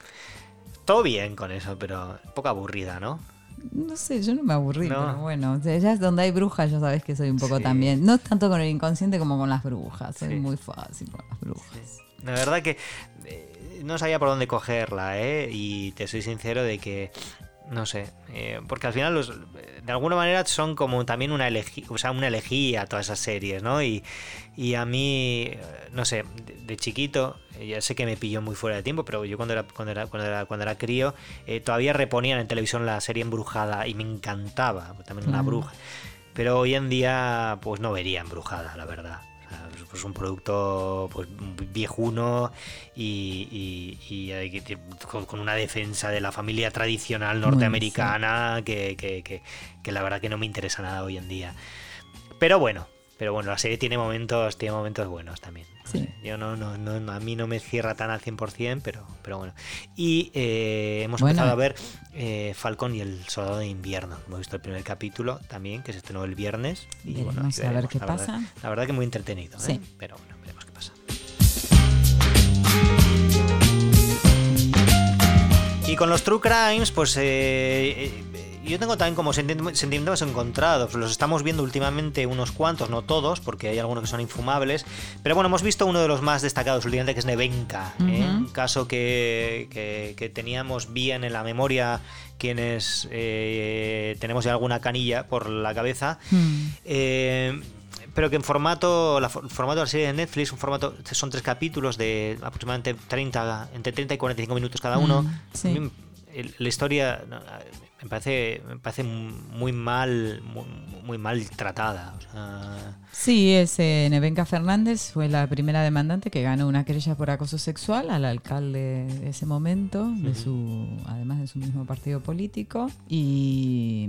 [SPEAKER 3] Todo bien con eso, pero poco aburrida, ¿no?
[SPEAKER 1] No sé, yo no me aburrí,
[SPEAKER 3] no.
[SPEAKER 1] pero bueno, o sea, ya es donde hay brujas, ya sabes que soy un poco
[SPEAKER 3] sí.
[SPEAKER 1] también. No tanto con el inconsciente como con las brujas, soy
[SPEAKER 3] sí.
[SPEAKER 1] muy fácil con las brujas.
[SPEAKER 3] Sí. La verdad que eh, no sabía por dónde cogerla, ¿eh? Y te soy sincero de que, no sé, eh, porque al final los, de alguna manera son como también una elegía, o sea, una elegía todas esas series, ¿no? Y, y a mí, no sé, de, de chiquito, ya sé que me pilló muy fuera de tiempo, pero yo cuando era cuando era cuando era, cuando era crío eh, todavía reponían en televisión la serie Embrujada y me encantaba, también una mm. bruja. Pero hoy en día pues no vería Embrujada, la verdad. O sea, pues un producto pues viejuno y, y, y con, con una defensa de la familia tradicional norteamericana que, que, que, que la verdad que no me interesa nada hoy en día. Pero bueno, pero bueno, la serie tiene momentos, tiene momentos buenos también.
[SPEAKER 1] Sí.
[SPEAKER 3] Yo no, no, no, a mí no me cierra tan al cien por ciento, pero, pero bueno. Y eh, hemos
[SPEAKER 1] bueno.
[SPEAKER 3] empezado a ver eh, Falcon y el Soldado de Invierno. Hemos visto el primer capítulo también, que se estrenó el viernes. Y
[SPEAKER 1] veremos,
[SPEAKER 3] bueno,
[SPEAKER 1] a ver qué
[SPEAKER 3] la
[SPEAKER 1] pasa.
[SPEAKER 3] Verdad, la verdad que muy entretenido,
[SPEAKER 1] sí.
[SPEAKER 3] ¿eh? Pero bueno, veremos qué pasa. Y con los True Crimes, pues... Eh, eh, yo tengo también como sentimientos encontrados. Los estamos viendo últimamente unos cuantos, no todos, porque hay algunos que son infumables. Pero bueno, hemos visto uno de los más destacados últimamente, que es Nevenka. Uh-huh. ¿eh? Un caso que, que, que teníamos bien en la memoria quienes eh, tenemos ya alguna canilla por la cabeza. Uh-huh. Eh, pero que en formato, la, el formato de la serie de Netflix, un formato, son tres capítulos de aproximadamente treinta, entre treinta y cuarenta y cinco minutos cada uno. Uh-huh. Sí. La historia... Me parece, me parece muy mal, muy, muy mal tratada. O sea...
[SPEAKER 1] Sí, es eh, Nevenka Fernández fue la primera demandante que ganó una querella por acoso sexual al alcalde de ese momento, de su, además de su mismo partido político. Y,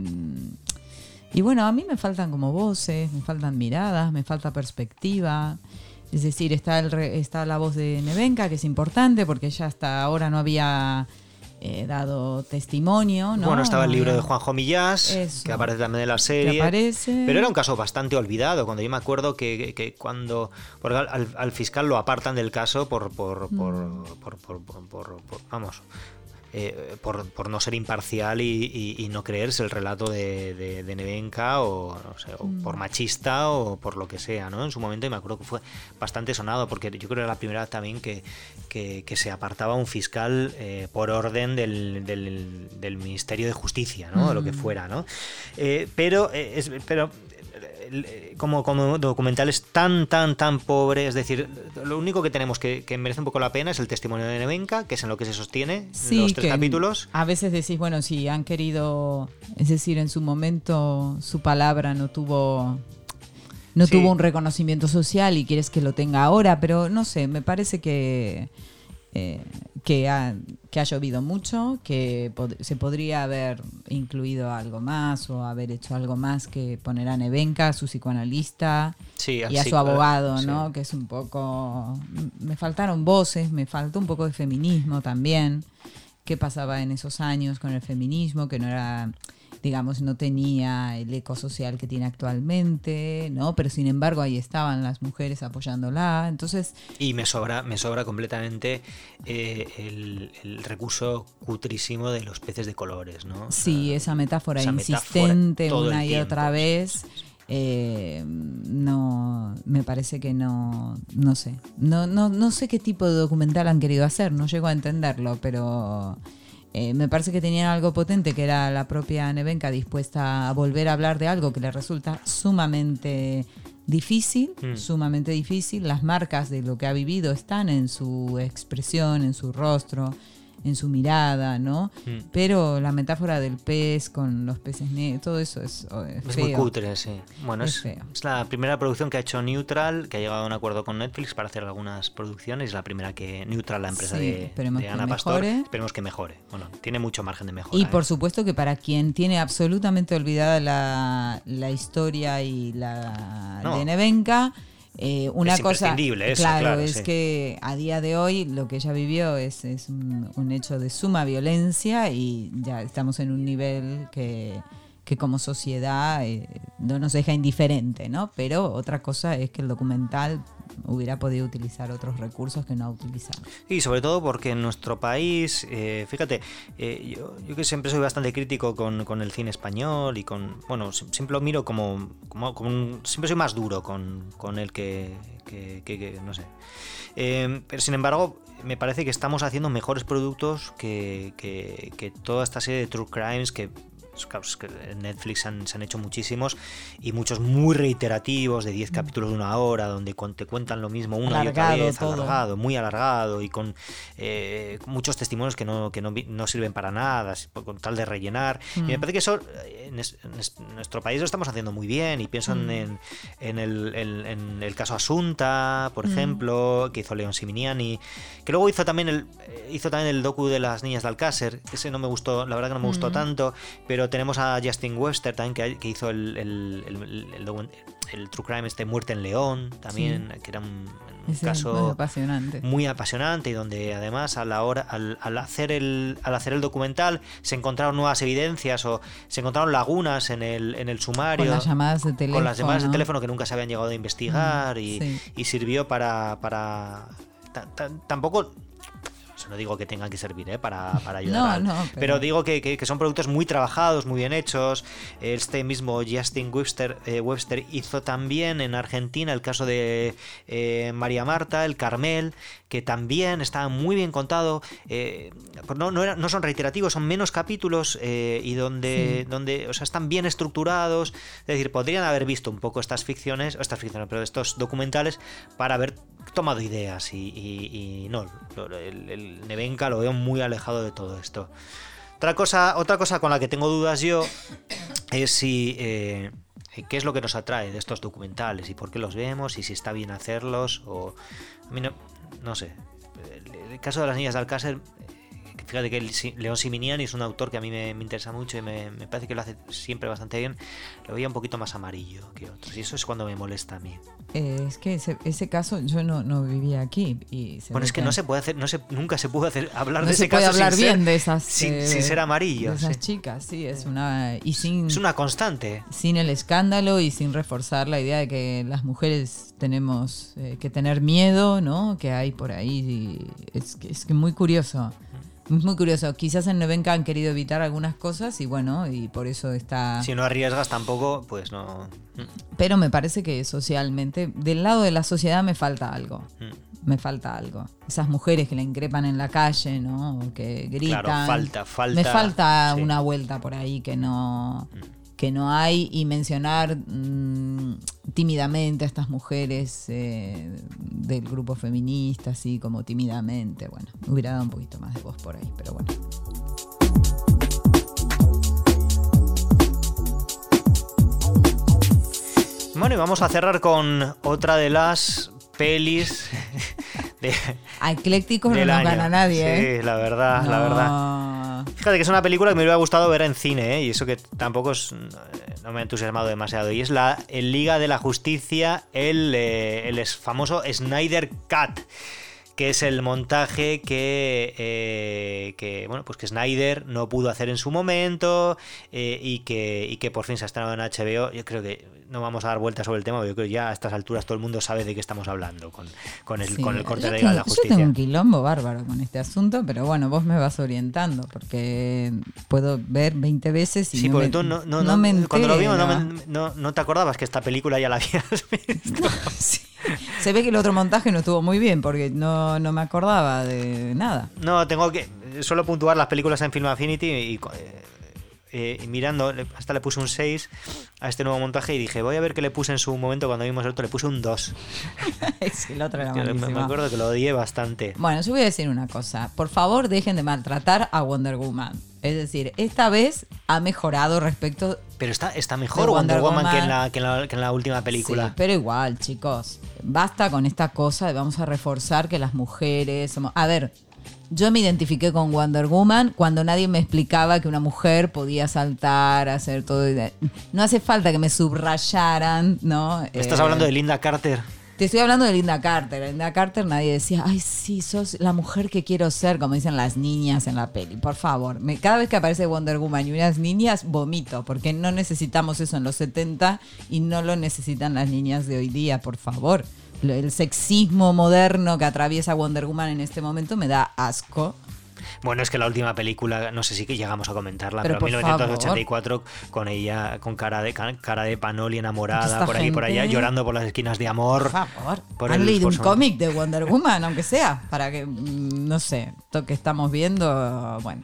[SPEAKER 1] y bueno, a mí me faltan como voces, me faltan miradas, me falta perspectiva. Es decir, está, el, está la voz de Nevenka, que es importante porque ella hasta ahora no había... Eh, dado testimonio, ¿no?
[SPEAKER 3] Bueno, estaba el libro de Juanjo Millás, eso, que aparece también en la serie,
[SPEAKER 1] aparece.
[SPEAKER 3] Pero era un caso bastante olvidado. Cuando yo me acuerdo que, que, que cuando porque al, al fiscal lo apartan del caso por por por, mm. por, por, por, por, por vamos eh, por, por no ser imparcial y, y, y no creerse el relato de, de, de Nevenka o, no sé, o mm. por machista o por lo que sea, ¿no? En su momento, y me acuerdo que fue bastante sonado porque yo creo que era la primera vez también que, que, que se apartaba un fiscal eh, por orden del, del, del Ministerio de Justicia, ¿no? Mm. O lo que fuera, ¿no? Eh, pero, eh, es, pero Como, como documental es tan, tan, tan pobre. Es decir, lo único que tenemos que, que merece un poco la pena es el testimonio de Nevenka, que es en lo que se sostiene
[SPEAKER 1] sí,
[SPEAKER 3] los tres capítulos.
[SPEAKER 1] A veces decís, bueno, si han querido, es decir, en su momento su palabra no tuvo no sí. tuvo un reconocimiento social y quieres que lo tenga ahora, pero no sé, me parece que eh, que, ha, que ha llovido mucho, que pod- se podría haber incluido algo más o haber hecho algo más que poner a Nevenka, a su psicoanalista
[SPEAKER 3] sí,
[SPEAKER 1] y a su abogado,
[SPEAKER 3] sí.
[SPEAKER 1] ¿no? Que es un poco... Me faltaron voces, me faltó un poco de feminismo también. ¿Qué pasaba en esos años con el feminismo? Que no era... digamos, no tenía el eco social que tiene actualmente, ¿no? Pero sin embargo ahí estaban las mujeres apoyándola, entonces...
[SPEAKER 3] Y me sobra, me sobra completamente eh, el, el recurso cutrísimo de los peces de colores, ¿no?
[SPEAKER 1] Sí,
[SPEAKER 3] o sea,
[SPEAKER 1] esa metáfora
[SPEAKER 3] esa
[SPEAKER 1] insistente
[SPEAKER 3] metáfora
[SPEAKER 1] una y
[SPEAKER 3] tiempo,
[SPEAKER 1] otra vez,
[SPEAKER 3] sí, sí, sí.
[SPEAKER 1] Eh, no, me parece que no, no sé. No, no, no sé qué tipo de documental han querido hacer, no llego a entenderlo, pero eh, me parece que tenían algo potente, que era la propia Nevenka dispuesta a volver a hablar de algo que le resulta sumamente difícil, mm. sumamente difícil. Las marcas de lo que ha vivido están en su expresión, en su rostro, en su mirada, ¿no? Mm. Pero la metáfora del pez con los peces negros, todo eso es, es,
[SPEAKER 3] es
[SPEAKER 1] feo.
[SPEAKER 3] muy cutre, sí. Bueno,
[SPEAKER 1] es,
[SPEAKER 3] es,
[SPEAKER 1] feo.
[SPEAKER 3] es la primera producción que ha hecho Neutral, que ha llegado a un acuerdo con Netflix para hacer algunas producciones. Es la primera que Neutral, la empresa sí, de, de Ana Pastor, esperemos que mejore. Bueno, tiene mucho margen de mejora.
[SPEAKER 1] Y
[SPEAKER 3] ¿eh?
[SPEAKER 1] por supuesto que para quien tiene absolutamente olvidada la, la historia y la no. de Nevenka, Eh, una
[SPEAKER 3] es
[SPEAKER 1] cosa,
[SPEAKER 3] eso,
[SPEAKER 1] claro,
[SPEAKER 3] claro,
[SPEAKER 1] es
[SPEAKER 3] sí.
[SPEAKER 1] que a día de hoy lo que ella vivió es, es un, un hecho de suma violencia y ya estamos en un nivel que, que como sociedad eh, no nos deja indiferente, ¿no? Pero otra cosa es que el documental hubiera podido utilizar otros recursos que no ha utilizado.
[SPEAKER 3] Y sobre todo porque en nuestro país, eh, fíjate, eh, yo, yo que siempre soy bastante crítico con, con el cine español y con, bueno, siempre lo miro como, como, como un, siempre soy más duro con, con el que, que, que, que no sé. Eh, pero sin embargo, me parece que estamos haciendo mejores productos que, que, que toda esta serie de True Crimes que... Claro, es que en Netflix han, se han hecho muchísimos y muchos muy reiterativos de diez capítulos de una hora donde te cuentan lo mismo una
[SPEAKER 1] alargado,
[SPEAKER 3] y otra vez,
[SPEAKER 1] todo.
[SPEAKER 3] alargado, muy alargado y con eh, muchos testimonios que no que no, no sirven para nada, con tal de rellenar. Mm. Y me parece que eso en, es, en nuestro país lo estamos haciendo muy bien y pienso mm. en, en, el, en, en el caso Asunta, por mm. ejemplo, que hizo León Siminiani, que luego hizo también el hizo también el docu de las niñas de Alcácer, que ese no me gustó, la verdad que no me gustó mm. tanto, pero tenemos a Justin Webster también que, que hizo el, el, el, el, el, el True Crime este Muerte en León también, sí. que era un, un
[SPEAKER 1] sí,
[SPEAKER 3] caso
[SPEAKER 1] muy apasionante.
[SPEAKER 3] muy apasionante y donde además a la hora al, al hacer el al hacer el documental se encontraron nuevas evidencias o se encontraron lagunas en el en el sumario
[SPEAKER 1] con las llamadas de teléfono,
[SPEAKER 3] con las llamadas de teléfono que nunca se habían llegado a investigar mm, y, sí. y sirvió para para t- t- tampoco no digo que tengan que servir ¿eh? para, para ayudar,
[SPEAKER 1] no,
[SPEAKER 3] al,
[SPEAKER 1] no,
[SPEAKER 3] pero...
[SPEAKER 1] pero
[SPEAKER 3] digo que, que, que son productos muy trabajados, muy bien hechos. Este mismo Justin Webster, eh, Webster hizo también en Argentina el caso de eh, María Marta, el Carmel, que también estaba muy bien contado. Eh, no, no, era, no son reiterativos, son menos capítulos eh, y donde, sí. donde o sea, están bien estructurados. Es decir, podrían haber visto un poco estas ficciones, o estas ficciones, pero estos documentales para haber tomado ideas y, y, y no, el, el Nevenka lo veo muy alejado de todo esto. Otra cosa, otra cosa con la que tengo dudas yo es si eh, qué es lo que nos atrae de estos documentales y por qué los vemos y si está bien hacerlos o a mí no, no sé. El, el caso de las niñas de Alcácer, fíjate que el, León Siminiani es un autor que a mí me, me interesa mucho y me, me parece que lo hace siempre bastante bien. Lo veía un poquito más amarillo que otros y eso es cuando me molesta a mí.
[SPEAKER 1] Eh, es que ese, ese caso yo no, no vivía aquí y se
[SPEAKER 3] bueno es que, que no se puede hacer no se nunca se puede hacer hablar
[SPEAKER 1] no
[SPEAKER 3] de ese
[SPEAKER 1] caso
[SPEAKER 3] sin
[SPEAKER 1] hablar bien
[SPEAKER 3] ser,
[SPEAKER 1] de esas
[SPEAKER 3] sin,
[SPEAKER 1] eh,
[SPEAKER 3] sin ser amarillo
[SPEAKER 1] de esas
[SPEAKER 3] sí.
[SPEAKER 1] chicas sí es una y sin
[SPEAKER 3] es una constante
[SPEAKER 1] sin el escándalo y sin reforzar la idea de que las mujeres tenemos eh, que tener miedo, ¿no? Que hay por ahí y es que es que muy curioso. Es muy curioso. Quizás en Nevenka han querido evitar algunas cosas y bueno, y por eso está...
[SPEAKER 3] Si no arriesgas tampoco, pues no...
[SPEAKER 1] Pero me parece que socialmente, del lado de la sociedad me falta algo. Mm. Me falta algo. Esas mujeres que la increpan en la calle, ¿no? O que gritan.
[SPEAKER 3] Claro, falta, falta...
[SPEAKER 1] Me falta sí. una vuelta por ahí que no... Mm. que no hay y mencionar mmm, tímidamente a estas mujeres eh, del grupo feminista, así como tímidamente, bueno, hubiera dado un poquito más de voz por ahí, pero bueno.
[SPEAKER 3] Bueno, y vamos a cerrar con otra de las pelis de,
[SPEAKER 1] a eclécticos no nos gana nadie, ¿eh?
[SPEAKER 3] Sí, la verdad, no. la verdad. Fíjate que es una película que me hubiera gustado ver en cine, ¿eh? Y eso que tampoco es, no me ha entusiasmado demasiado. Y es la el Liga de la Justicia, el, eh, el famoso Snyder Cut, que es el montaje que, eh, que bueno, pues que Snyder no pudo hacer en su momento eh, y, que, y que por fin se ha estrenado en H B O. Yo creo que no vamos a dar vueltas sobre el tema, yo creo que ya a estas alturas todo el mundo sabe de qué estamos hablando con, con, el,
[SPEAKER 1] Sí,
[SPEAKER 3] con el corte
[SPEAKER 1] yo
[SPEAKER 3] de Liga de la
[SPEAKER 1] tengo-
[SPEAKER 3] Justicia.
[SPEAKER 1] Yo tengo un quilombo bárbaro con este asunto, pero bueno, vos me vas orientando, porque puedo ver veinte veces y
[SPEAKER 3] Sí,
[SPEAKER 1] no,
[SPEAKER 3] porque
[SPEAKER 1] me,
[SPEAKER 3] tú no, no,
[SPEAKER 1] no
[SPEAKER 3] no-
[SPEAKER 1] me
[SPEAKER 3] cuando lo vimos no,
[SPEAKER 1] entero.
[SPEAKER 3] me- no, no te acordabas que esta película ya la habías visto.
[SPEAKER 1] Sí. Se ve que el otro montaje no estuvo muy bien, porque no, no me acordaba de nada.
[SPEAKER 3] No, tengo que suelo puntuar las películas en Film Affinity y, eh, eh, y mirando, hasta le puse un seis a este nuevo montaje y dije, voy a ver qué le puse en su momento cuando vimos el otro, le puse un dos.
[SPEAKER 1] Sí, el otro era
[SPEAKER 3] Que me,
[SPEAKER 1] malísimo.
[SPEAKER 3] me acuerdo que lo odié bastante.
[SPEAKER 1] Bueno, yo voy a decir una cosa. Por favor, dejen de maltratar a Wonder Woman. Es decir, esta vez ha mejorado respecto...
[SPEAKER 3] Pero está, está mejor
[SPEAKER 1] De
[SPEAKER 3] Wonder,
[SPEAKER 1] Wonder
[SPEAKER 3] Woman, que, en
[SPEAKER 1] Woman.
[SPEAKER 3] la, que, en la, que en la última película.
[SPEAKER 1] Sí, pero igual, chicos. Basta con esta cosa de vamos a reforzar que las mujeres somos... A ver, yo me identifiqué con Wonder Woman cuando nadie me explicaba que una mujer podía saltar, hacer todo. No hace falta que me subrayaran, ¿no?
[SPEAKER 3] ¿Me estás
[SPEAKER 1] Eh,
[SPEAKER 3] hablando de Linda Carter?
[SPEAKER 1] Te estoy hablando de Linda Carter. Linda Carter nadie decía, ay, sí, sos la mujer que quiero ser, como dicen las niñas en la peli. Por favor, me, cada vez que aparece Wonder Woman y unas niñas, vomito, porque no necesitamos eso en los setenta y no lo necesitan las niñas de hoy día, por favor. Lo- El sexismo moderno que atraviesa Wonder Woman en este momento me da asco.
[SPEAKER 3] Bueno, es que la última película, no sé si que llegamos a comentarla,
[SPEAKER 1] Pero
[SPEAKER 3] pero,
[SPEAKER 1] por
[SPEAKER 3] mil novecientos ochenta y cuatro con ella, con cara de cara de Panoli enamorada,
[SPEAKER 1] Esta
[SPEAKER 3] por aquí y por allá,
[SPEAKER 1] gente-
[SPEAKER 3] llorando por las esquinas de amor.
[SPEAKER 1] Por favor.
[SPEAKER 3] Por
[SPEAKER 1] Han
[SPEAKER 3] el-
[SPEAKER 1] leído
[SPEAKER 3] por
[SPEAKER 1] un
[SPEAKER 3] su-
[SPEAKER 1] cómic de Wonder Woman, aunque sea, para que, mm, no sé, esto que estamos viendo, bueno.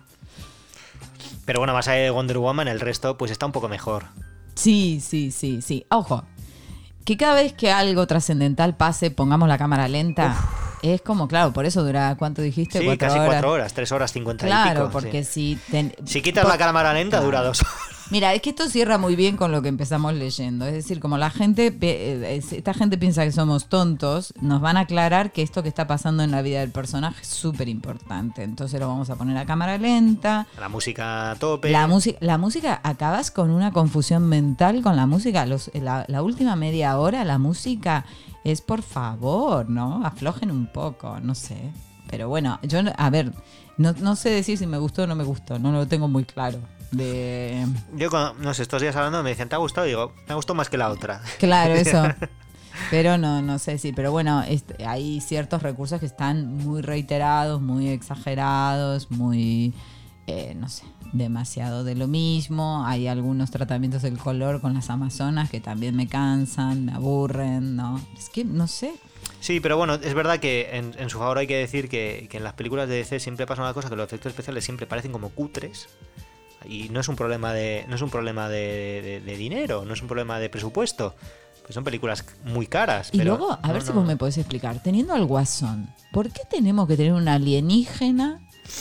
[SPEAKER 3] Pero bueno, más allá de Wonder Woman, el resto pues está un poco mejor.
[SPEAKER 1] Sí, sí, sí, sí. Ojo, que cada vez que algo trascendental pase, pongamos la cámara lenta, es como, claro, por eso dura, ¿cuánto dijiste?
[SPEAKER 3] Sí,
[SPEAKER 1] ¿Cuatro
[SPEAKER 3] casi
[SPEAKER 1] horas?
[SPEAKER 3] cuatro horas, tres horas cincuenta y
[SPEAKER 1] Claro,
[SPEAKER 3] pico.
[SPEAKER 1] porque
[SPEAKER 3] sí.
[SPEAKER 1] si... ten-
[SPEAKER 3] Si quitas
[SPEAKER 1] por-
[SPEAKER 3] la cámara lenta,
[SPEAKER 1] Claro.
[SPEAKER 3] dura dos horas.
[SPEAKER 1] Mira, es que esto cierra muy bien con lo que empezamos leyendo. Es decir, como la gente, pe- eh, es- esta gente piensa que somos tontos, nos van a aclarar que esto que está pasando en la vida del personaje es súper importante. Entonces lo vamos a poner a cámara lenta.
[SPEAKER 3] La música a tope.
[SPEAKER 1] La música, la música, acabas con una confusión mental con la música. Los, la, la última media hora, la música es, por favor, ¿no? Aflojen un poco, no sé. Pero bueno, yo, no- a ver, no, no sé decir si me gustó o no me gustó, no lo tengo muy claro. De...
[SPEAKER 3] Yo, cuando, no sé, estos días hablando me decían, ¿te ha gustado? Y digo, me gustó más que la otra.
[SPEAKER 1] Claro, eso. Pero no, no sé si, pero bueno, este, hay ciertos recursos que están muy reiterados, muy exagerados, muy, eh, no sé, demasiado de lo mismo. Hay algunos tratamientos del color con las amazonas que también me cansan, me aburren, ¿no? Es que, no sé.
[SPEAKER 3] Sí, pero bueno, es verdad que en, en su favor hay que decir que, que en las películas de D C siempre pasa una cosa, que los efectos especiales siempre parecen como cutres. Y no es un problema de no es un problema de, de- de dinero, no es un problema de presupuesto. Pues son películas muy caras.
[SPEAKER 1] Y
[SPEAKER 3] pero
[SPEAKER 1] luego, a
[SPEAKER 3] no,
[SPEAKER 1] ver si
[SPEAKER 3] no.
[SPEAKER 1] vos me podés explicar, teniendo al Guasón, ¿por qué tenemos que tener un alienígena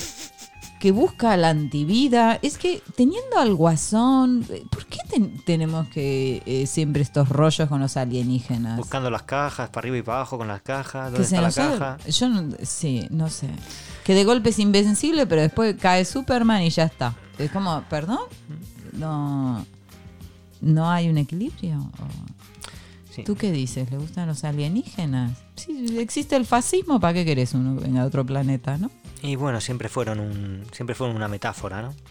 [SPEAKER 1] que busca la antivida? Es que teniendo al Guasón, ¿por qué ten- tenemos que eh, siempre estos rollos con los alienígenas?
[SPEAKER 3] Buscando las cajas, para arriba y para abajo con las cajas,
[SPEAKER 1] Que
[SPEAKER 3] ¿dónde
[SPEAKER 1] se
[SPEAKER 3] está la
[SPEAKER 1] nos ha-
[SPEAKER 3] caja?
[SPEAKER 1] Yo no, sí, no sé. Que de golpe es invencible, pero después cae Superman y ya está. Es como, ¿perdón? No, no hay un equilibrio. ¿O?
[SPEAKER 3] Sí.
[SPEAKER 1] ¿Tú qué dices? ¿Le gustan los alienígenas? Sí, existe el fascismo, ¿para qué querés uno que venga de otro planeta, no?
[SPEAKER 3] Y bueno, siempre fueron un siempre fueron una metáfora, ¿no?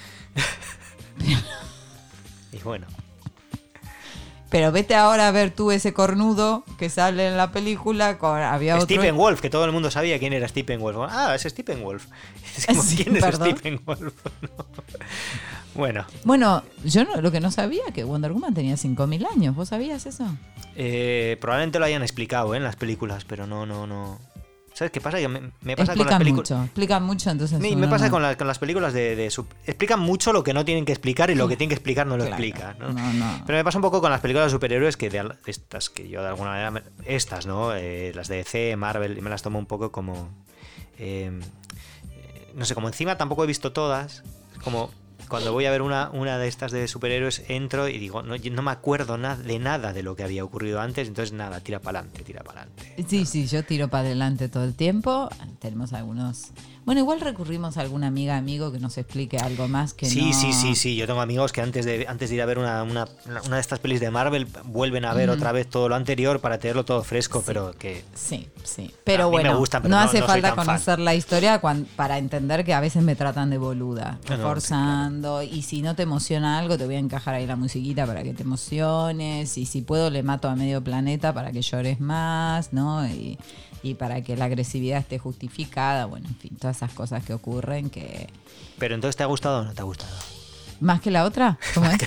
[SPEAKER 3] Y bueno,
[SPEAKER 1] Pero vete ahora a ver tú ese cornudo que sale en la película. Con, había otro...
[SPEAKER 3] Stephen Wolf, que todo el mundo sabía quién era Stephen Wolf. Ah, es Stephen Wolf. Es como,
[SPEAKER 1] Sí,
[SPEAKER 3] ¿quién es
[SPEAKER 1] perdón.
[SPEAKER 3] Stephen Wolf? No. Bueno,
[SPEAKER 1] Bueno, yo no, lo que no sabía que Wonder Woman tenía cinco mil años. ¿Vos sabías eso?
[SPEAKER 3] eh, probablemente lo hayan explicado ¿eh? en las películas, pero no, no, no. ¿Sabes qué pasa? Que me, me pasa con las
[SPEAKER 1] Explican
[SPEAKER 3] películas.
[SPEAKER 1] mucho, explican mucho, entonces...
[SPEAKER 3] Me,
[SPEAKER 1] uno
[SPEAKER 3] me pasa
[SPEAKER 1] no-
[SPEAKER 3] con, la- con las películas de, de sub- explican mucho lo que no tienen que explicar y lo que tienen que explicar no lo
[SPEAKER 1] Claro,
[SPEAKER 3] explica, ¿no?
[SPEAKER 1] no, no.
[SPEAKER 3] Pero me pasa un poco con las películas de superhéroes que de al- estas que yo de alguna manera me- estas, ¿no? Eh, las de D C, Marvel, y me las tomo un poco como eh, eh, no sé, como encima tampoco he visto todas, es como cuando voy a ver una, una de estas de superhéroes entro y digo, no, yo no me acuerdo na- de nada de lo que había ocurrido antes, entonces nada, tira para adelante, tira para adelante.
[SPEAKER 1] Sí, sí, yo tiro para adelante todo el tiempo. Tenemos algunos... Bueno, igual recurrimos a alguna amiga, amigo que nos explique algo más que
[SPEAKER 3] sí,
[SPEAKER 1] no...
[SPEAKER 3] Sí, sí, sí. Yo tengo amigos que antes de, antes de ir a ver una, una, una de estas pelis de Marvel vuelven a ver mm. otra vez todo lo anterior para tenerlo todo fresco, sí. pero que...
[SPEAKER 1] Sí, sí. Pero bueno, me gustan, pero no, no hace no falta conocer fan. la historia cuando, para entender que a veces me tratan de boluda, no, forzando. Sí, claro. Y si no te emociona algo, te voy a encajar ahí la musiquita para que te emociones. Y si puedo, le mato a medio planeta para que llores más, ¿no? Y... y para que la agresividad esté justificada, bueno, en fin, todas esas cosas que ocurren que...
[SPEAKER 3] Pero entonces, ¿te ha gustado o no te ha gustado?
[SPEAKER 1] ¿Más que la otra? ¿Cómo es?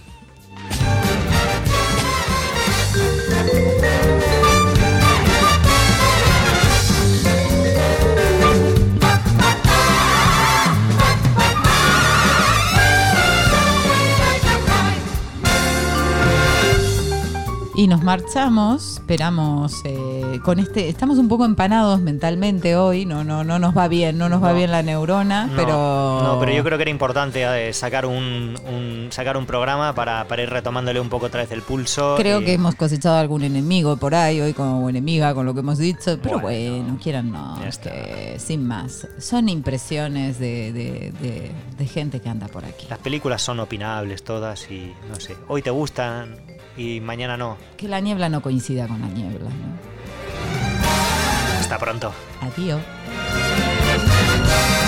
[SPEAKER 1] Y nos marchamos, esperamos eh, con este, estamos un poco empanados mentalmente hoy, no, no, no nos va bien, no nos no, va bien la neurona,
[SPEAKER 3] no,
[SPEAKER 1] pero
[SPEAKER 3] no, pero yo creo que era importante eh, sacar un, un sacar un programa para, para ir retomándole un poco otra vez el pulso.
[SPEAKER 1] Creo
[SPEAKER 3] y...
[SPEAKER 1] que hemos cosechado algún enemigo por ahí hoy como enemiga con lo que hemos dicho, pero bueno, bueno quieran no, es que sin más, son impresiones de, de, de, de gente que anda por aquí.
[SPEAKER 3] Las películas son opinables todas y no sé, hoy te gustan y mañana no.
[SPEAKER 1] Que la niebla no coincida con la niebla, ¿no?
[SPEAKER 3] Hasta pronto.
[SPEAKER 1] Adiós.